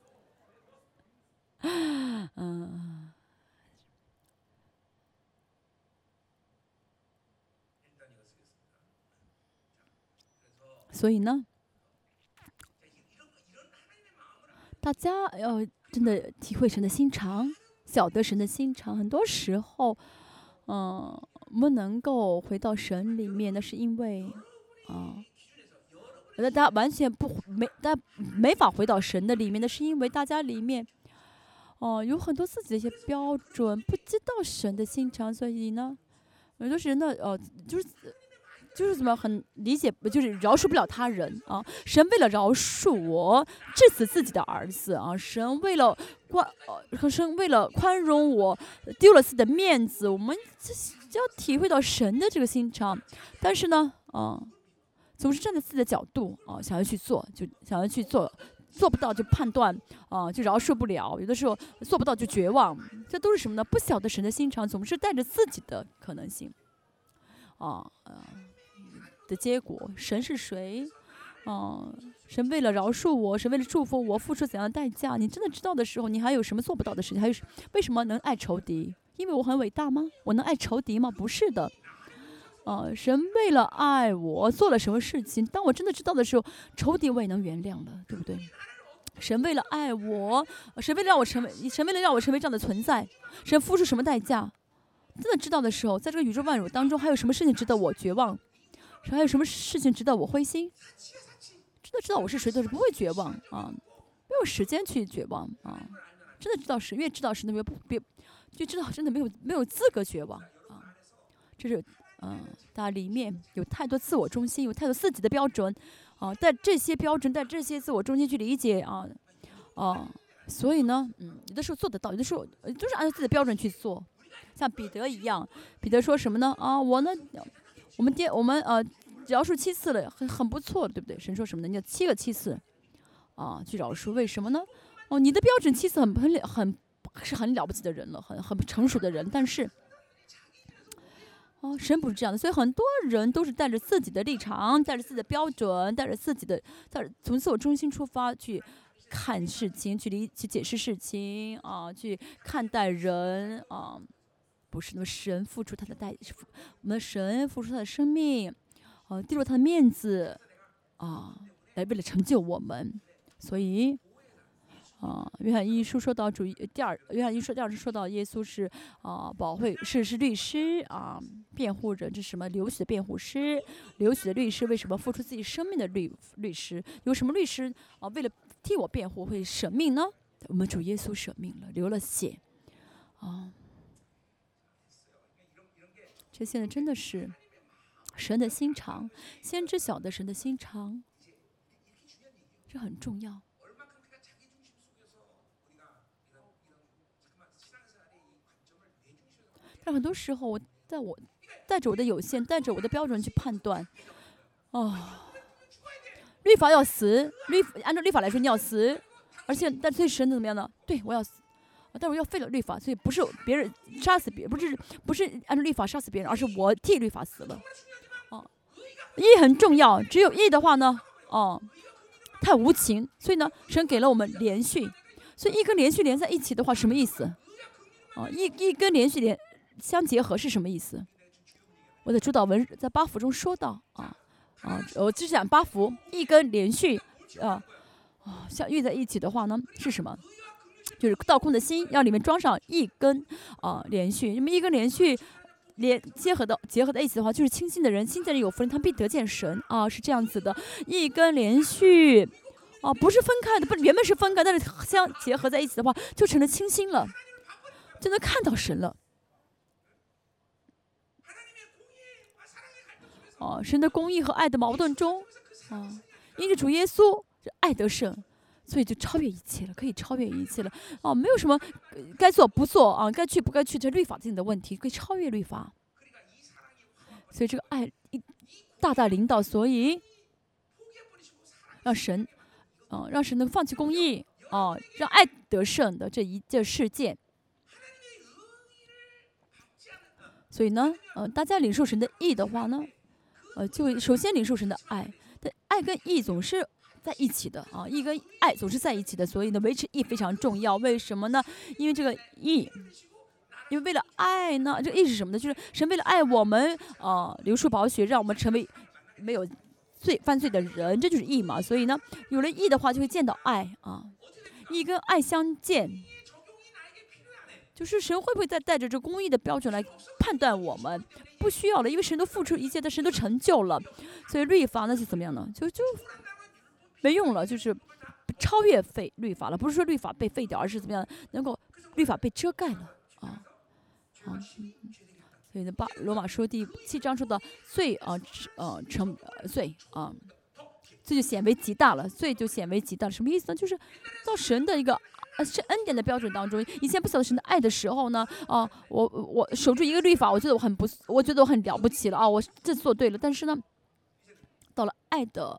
大家要真的体会神的心肠，晓得神的心肠。很多时候，我们能够回到神里面，那是因为大家完全没法回到神的里面，那是因为大家里面有很多自己的一些标准，不知道神的心肠，所以呢，很多人呢就是怎么很理解，就是饶恕不了他人神为了饶恕我，致死自己的儿子神为了宽容我，丢了自己的面子。我们就要体会到神的这个心肠，但是呢，总是站在自己的角度想要去做，做不到就判断就饶恕不了，有的时候做不到就绝望，这都是什么呢？不晓得神的心肠，总是带着自己的可能性的结果。神是谁？神为了饶恕我，神为了祝福我，付出怎样的代价？你真的知道的时候，你还有什么做不到的事情？为什么能爱仇敌？因为我很伟大吗？我能爱仇敌吗？不是的。神为了爱我做了什么事情？当我真的知道的时候，仇敌我也能原谅了，对不对？神为了爱我，神为了让我成为这样的存在，神付出什么代价？真的知道的时候，在这个宇宙万有当中，还有什么事情值得我绝望？还有什么事情值得我灰心？真的知道我是谁的时候，不会绝望没有时间去绝望真的知道神，越知道神的就知道真的没有资格绝望这是大家里面有太多自我中心，有太多自己的标准带这些标准，带这些自我中心去理解所以呢有的时候做得到，有的时候就是按照自己的标准去做。像彼得一样，彼得说什么呢我们饶恕7次了，很不错，对不对？神说什么呢？你要7个7次去饶恕，为什么呢？你的标准7次是很了不起的人了，很成熟的人，但是神不是这样的，所以很多人都是带着自己的立场，带着自己的标准，从自我中心出发去看事情，去解释事情去看待人不是，那么神付出他的我们的神付出他的生命丢了他的面子来为了成就我们。所以约翰一书说到约翰一书第2章说到耶稣是是律师辩护人，这是什么？流血的辩护师，流血的律师。为什么付出自己生命的律师？有什么律师为了替我辩护会舍命呢？我们主耶稣舍命了，流了血这现在真的是神的心肠，先知晓得神的心肠，这很重要。但很多时候，我带着我的有限，带着我的标准去判断律法要死，按照律法来说你要死，但对神怎么样呢？对，我要死。但我要废了律法，所以不是别人杀死别人，不是按照律法杀死别人，而是我替律法死了。义很重要，只有义的话呢，太无情。所以呢，神给了我们连续，所以义跟连续连在一起的话，什么意思？义跟连续相结合是什么意思？我的主导文在八福中说到我只讲八福，义跟连续相遇在一起的话呢，是什么？就是倒空的心，要里面装上一根连续。那么一根连续结合在一起的话，就是清心的人，清洁人有福人，他必得见神啊，是这样子的，一根连续啊，不是分开的，不原本是分开，但是相结合在一起的话，就成了清心了，就能看到神了。神的公义和爱的矛盾中，因着主耶稣，这爱得胜，所以就超越一切了，可以超越一切了。没有什么该做不做啊，该去不该去，这律法性的问题可以超越律法。所以这个爱大大领导，所以让神能放弃公义让爱得胜的这事件。所以呢，大家领受神的义的话呢，就首先领受神的爱，但爱跟义总是在一起的啊，义跟爱总是在一起的，所以呢，维持义非常重要。为什么呢？因为这个义，因为为了爱呢，这个义是什么呢？就是神为了爱我们流出宝血，让我们成为没有犯罪的人，这就是义嘛。所以呢，有了义的话，就会见到爱啊，义跟爱相见。就是神会不会再带着这公义的标准来判断我们？不需要了，因为神都付出一切，但神都成就了，所以律法那就怎么样呢？就没用了，就是超越律法了。不是说律法被废掉，而是怎么样能够律法被遮盖了所以呢，罗马书第7章说到罪成罪罪就显为极大了，罪就显为极大了。什么意思呢？就是到神的一个是恩典的标准当中，以前不晓得神的爱的时候呢，我守住一个律法，我觉得我很了不起了我这做对了。但是呢，到了爱的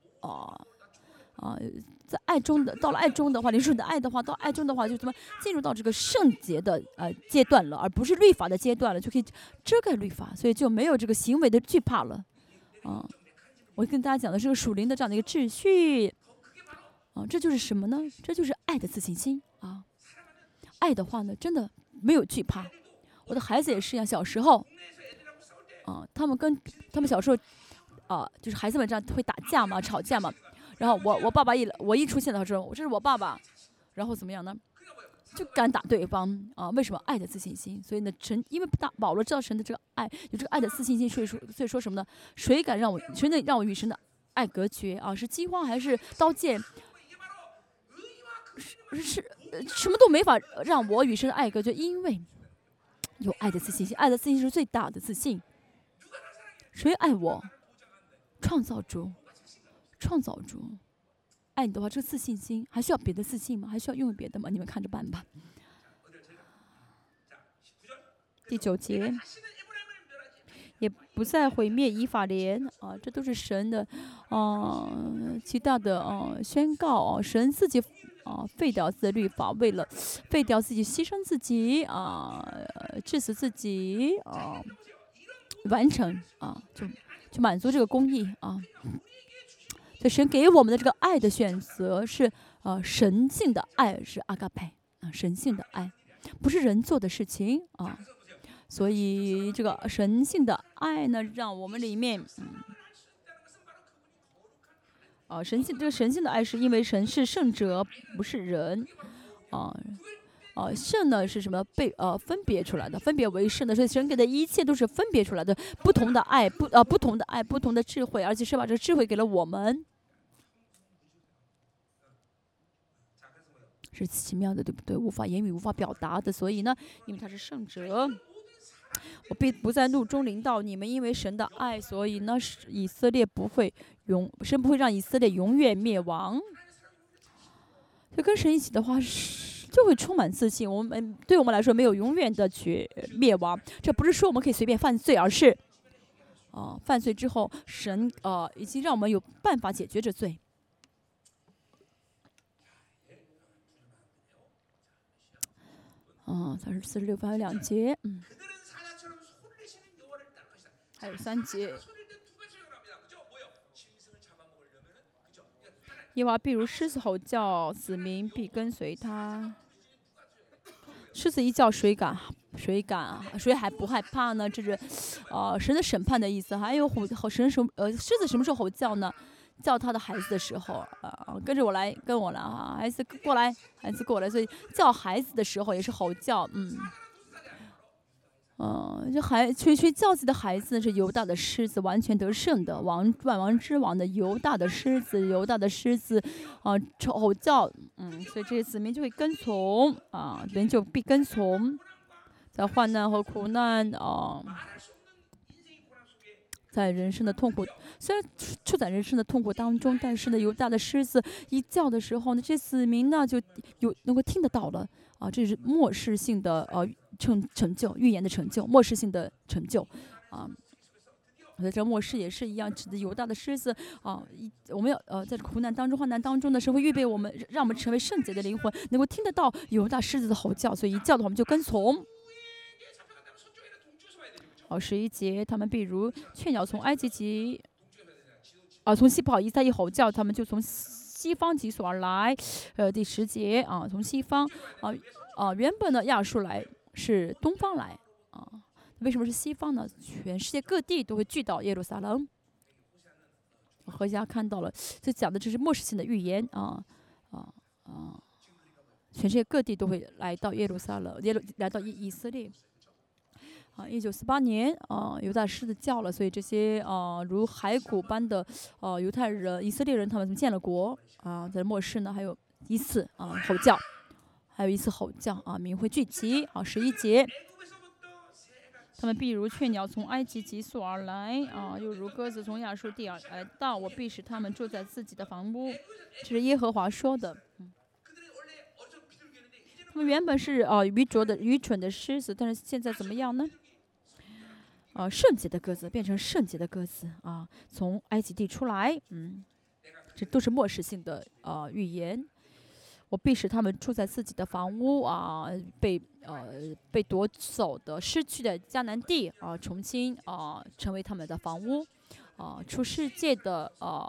在爱中的，到了爱中的话，领受你的爱的话，到爱中的话，就怎么进入到这个圣洁的阶段了，而不是律法的阶段了，就可以遮盖律法，所以就没有这个行为的惧怕了我跟大家讲的是个属灵的这样的一个秩序这就是什么呢？这就是爱的自信心爱的话呢，真的没有惧怕。我的孩子也是一样，小时候他们小时候就是孩子们这样会打架嘛，吵架嘛。然后我爸爸我一出现的时候，这是我爸爸，然后怎么样呢？就敢打对方为什么？爱的自信心。所以呢，因为保罗知道神的这个爱，有这个爱的自信心，所以说什么呢？谁能让我与神的爱隔绝是饥荒还是刀剑？是什么都没法让我与神的爱隔绝，因为有爱的自信心。爱的自信心是最大的自信。谁爱我？创造主爱你的话，这个自信心还需要别的自信吗？还需要拥有别的吗？你们看着办吧。第9节，也不再毁灭以法莲这都是神的极大的宣告神自己废掉自己的律法，为了废掉自己，牺牲自己致死自己完成就满足这个公义所以神给我们的这个爱的选择是神性的爱，是阿嘎培神性的爱，不是人做的事情所以这个神性的爱呢，让我们里面这个神性的爱是因为神是圣者，不是人圣呢是什么？被分别出来的，分别为圣的，所以神给的一切都是分别出来的，不同的爱，不同的爱，不同的智慧，而且是把这个智慧给了我们，是奇妙的，对不对？无法言语，无法表达的。所以呢，因为他是圣者，我必不在怒中临到你们，因为神的爱，所以呢，以色列神不会让以色列永远灭亡。就跟神一起的话就会充满自信。对我们来说没有永远的灭亡，这不是说我们可以随便犯罪，而是犯罪之后，神已经让我们有办法解决这罪。46分还有2节，还有3节。耶和华必如狮子吼叫，子民必跟随他。狮子一叫，谁还不害怕呢？这是神的审判的意思。还有狮子什么时候吼叫呢？叫他的孩子的时候跟我来孩子过来，所以叫孩子的时候也是吼叫这吹叫自己的孩子是犹大的狮子，完全得胜的万王之王的犹大的狮子，犹大的狮子，吼叫，所以这些子民就会跟从人就必跟从，在患难和苦难在人生的痛苦，虽然处在人生的痛苦当中，但是呢，犹大的狮子一叫的时候呢，这些子民呢就能够听得到了这是末世性的成就，预言的成就，末世性的成就我觉得这末世也是一样，指的犹大的狮子我们要在苦难当中、患难当中的时候，会预备我们，让我们成为圣洁的灵魂，能够听得到犹大狮子的吼叫，所以一叫的话，我们就跟从。11节，他们比如雀鸟从埃及及从西不好意思，他一吼叫，他们就从西方极速而来。第10节从西方原本的亚述来是东方来为什么是西方呢？全世界各地都会聚到耶路撒冷。何家看到了，这讲的这是末世性的预言全世界各地都会来到耶路撒冷，来到以色列。1948年犹大狮子叫了，所以这些如骸骨般的犹太人、以色列人，他们建了国在末世呢，还有一次吼叫，民会聚集11节，他们必如雀鸟从埃及急速而来又如鸽子从亚述地而来到，我必使他们住在自己的房屋。这是耶和华说的。他们原本是愚蠢的狮子，但是现在怎么样呢？圣洁的鸽子变成圣洁的鸽子从埃及地出来，这都是末世性的预言。我必使他们住在自己的房屋被夺走的、失去的迦南地重新成为他们的房屋出世界的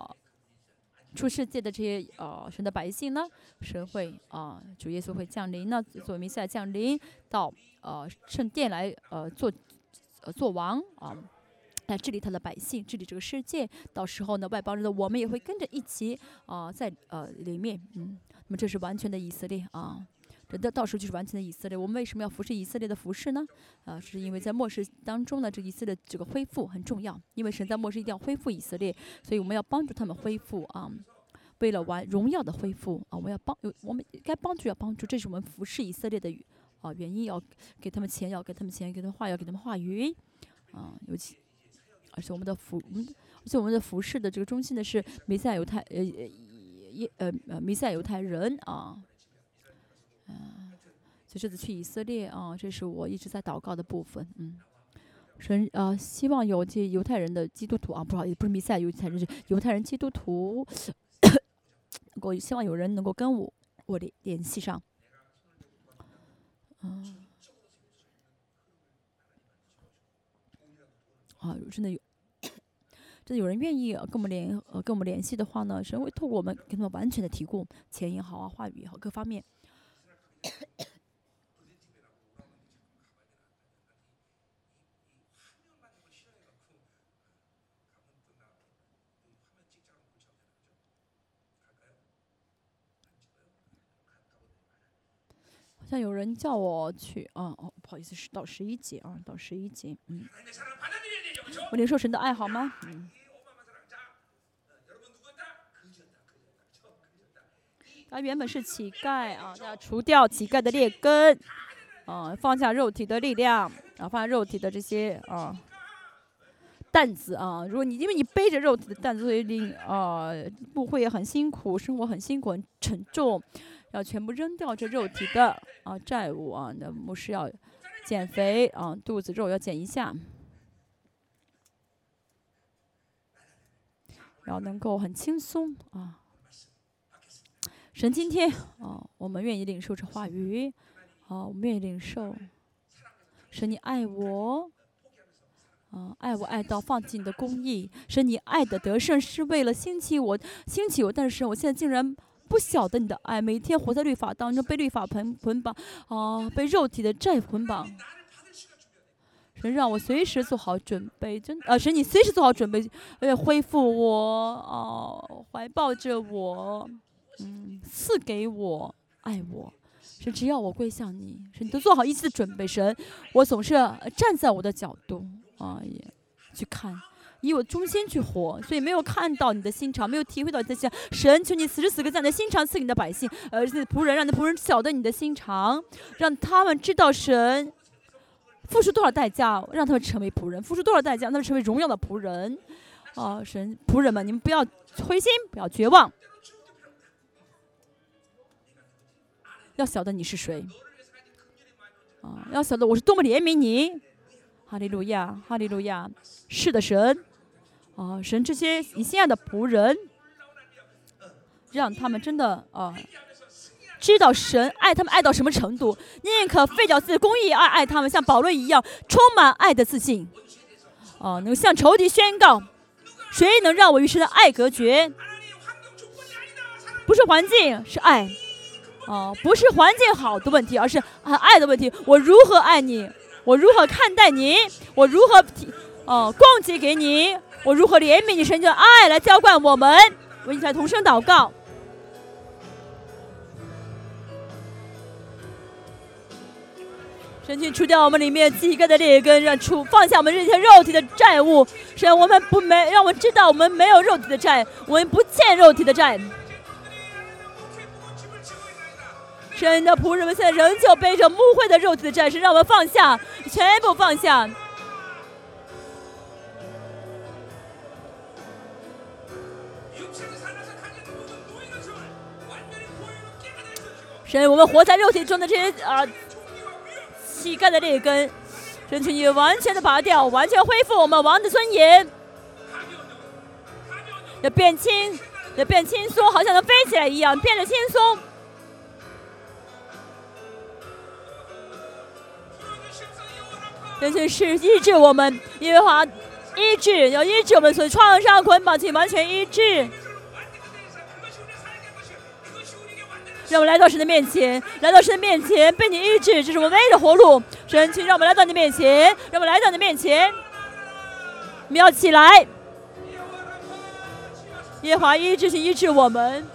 这些神的百姓呢，神会主耶稣会降临呢，作为弥赛亚降临到圣殿来做王来治理他的百姓，治理这个世界。到时候呢，外邦人的我们也会跟着一起在里面那么这是完全的以色列到时候就是完全的以色列。我们为什么要服侍以色列的服侍呢？是因为在末世当中呢，这个以色列这个恢复很重要，因为神在末世一定要恢复以色列，所以我们要帮助他们恢复为了荣耀的恢复我们该帮助，这是我们服侍以色列的原因，要给他们钱，要给他们话，要给他们话语尤其而且我们的服侍的这个中心的是弥赛亚犹太人所以这次去以色列这是我一直在祷告的部分神希望有这犹太人的基督徒不是弥赛亚犹太人，是犹太人基督徒希望有人能够跟我联系上真的有人愿意跟我们联系的话呢，神会透过我们给他们完全的提供钱也好话语也好，各方面。好像有人叫我去不好意思，是到11节到11节我领受神的爱好吗？他原本是乞丐要除掉乞丐的劣根放下肉体的力量放下肉体的这些担子如果因为你背着肉体的担子，所以牧会也很辛苦，生活很辛苦很沉重，要全部扔掉这肉体的债务那牧师要减肥肚子肉要减一下，然后能够很轻松神今天我们愿意领受这话语我们愿意领受神你爱我爱我爱到放弃你的公义，神你爱的得胜是为了兴起我，但是我现在竟然不晓得你的爱，每天活在律法当中，被律法捆绑被肉体的债捆绑。神让我随时做好准备，神你随时做好准备，恢复我怀抱着我赐给我爱我， 神，只要我归向你，神，你都做好一切的准备。神，我总是站在我的角度也去看，以我的中心去活，所以没有看到你的心肠，没有体会到你的心肠。神，求你此时此刻在你的心肠赐给你的百姓，仆人，让你的仆人晓得你的心肠，让他们知道神付出多少代价，让他们成为仆人，付出多少代价，让他们成为荣耀的仆人。神，仆人们，你们不要灰心，不要绝望，要晓得你是谁，要晓得我是多么怜悯你。哈利路亚，哈利路亚。是的，神，神这些你心爱的仆人，让他们真的知道神爱他们爱到什么程度，宁可废掉自己的公义爱他们，像保罗一样充满爱的自信。能够向仇敌宣告，谁能让我与神的爱隔绝？不是环境，是爱。不是环境好的问题，而是爱的问题。我如何爱你？我如何看待你？我如何供给给你？我如何怜悯你？神的爱来浇灌我们。我们一起来同声祷告。神，去除掉我们里面几个的劣根，放下我们这些肉体的债务。神，让我们知道我们没有肉体的债，我们不欠肉体的债。神的仆人们现在仍旧背着污秽的肉体的债，神让我们放下，全部放下。神，我们活在肉体中的这些膝盖的劣根，神，求你完全的拔掉，完全恢复我们王的尊严，要变轻松，好像能飞起来一样，变得轻松。神，请是医治我们，耶和华要医治我们所创伤捆绑，请完全医治。让我们来到神的面前，被你医治，这是我们唯一的活路。神，请让我们来到你的面前，让我们来到你的面前。我们要起来，耶和华医治，请医治我们。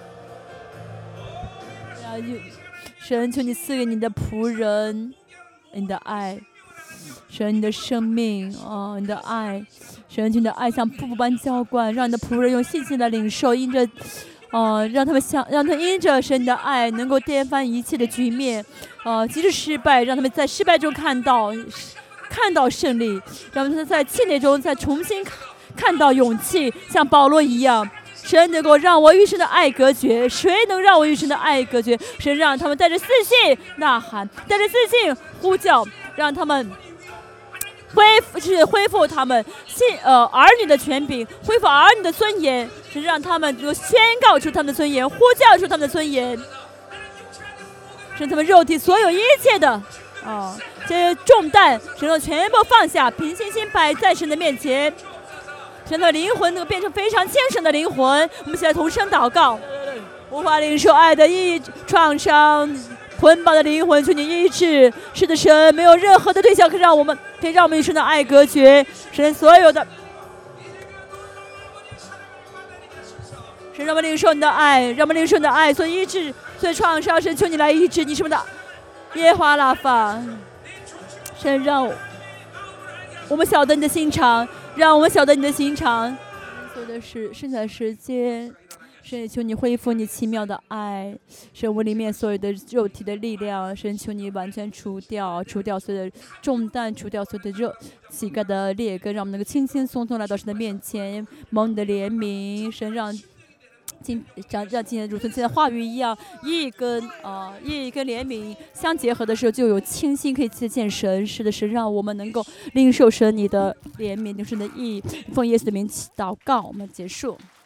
神，求你赐给你的仆人你的爱，神，你的生命你的爱，神，你的爱像瀑布般浇灌，让你的仆人用信心的领受，让他们因着神的爱能够颠翻一切的局面，即使失败，让他们在失败中看到胜利，让他们在气馁中再重新看到勇气，像保罗一样。神能够让我与神的爱隔绝，谁能让我与神的爱隔绝？神让他们带着自信呐喊，带着自信呼叫，让他们恢复他们儿女的权柄，恢复儿女的尊严，是让他们宣告出他们的尊严，呼叫出他们的尊严，使他们肉体所有一切的这些重担，使他们全部放下，平心心摆在神的面前，使他们灵魂能够变成非常轻省的灵魂。我们现在同声祷告，无法领受爱的创伤捆绑的灵魂，求你医治。是的，神，没有任何的对象可以让我们与神的爱隔绝。神，所有的神，让我们领受你的爱，让我们领受你的爱，所以医治，所以创伤。神，求你来医治，你是我们的耶和华拉法。神，让我们晓得你的心肠，让我们晓得你的心肠。所有的剩下的时间，神，求你恢复你奇妙的爱，神，我里面所有的肉体的力量，神，求你完全除掉所有的重担，除掉所有的膝盖的劣根，让我们能够轻轻松松来到神的面前，蒙你的怜悯。神，让今天如同今天的话语一样，义跟怜悯相结合的时候，就有清新可以接见神。是的，神，让我们能够领受神你的怜悯，领受你的义。奉耶稣的名祷告，我们结束。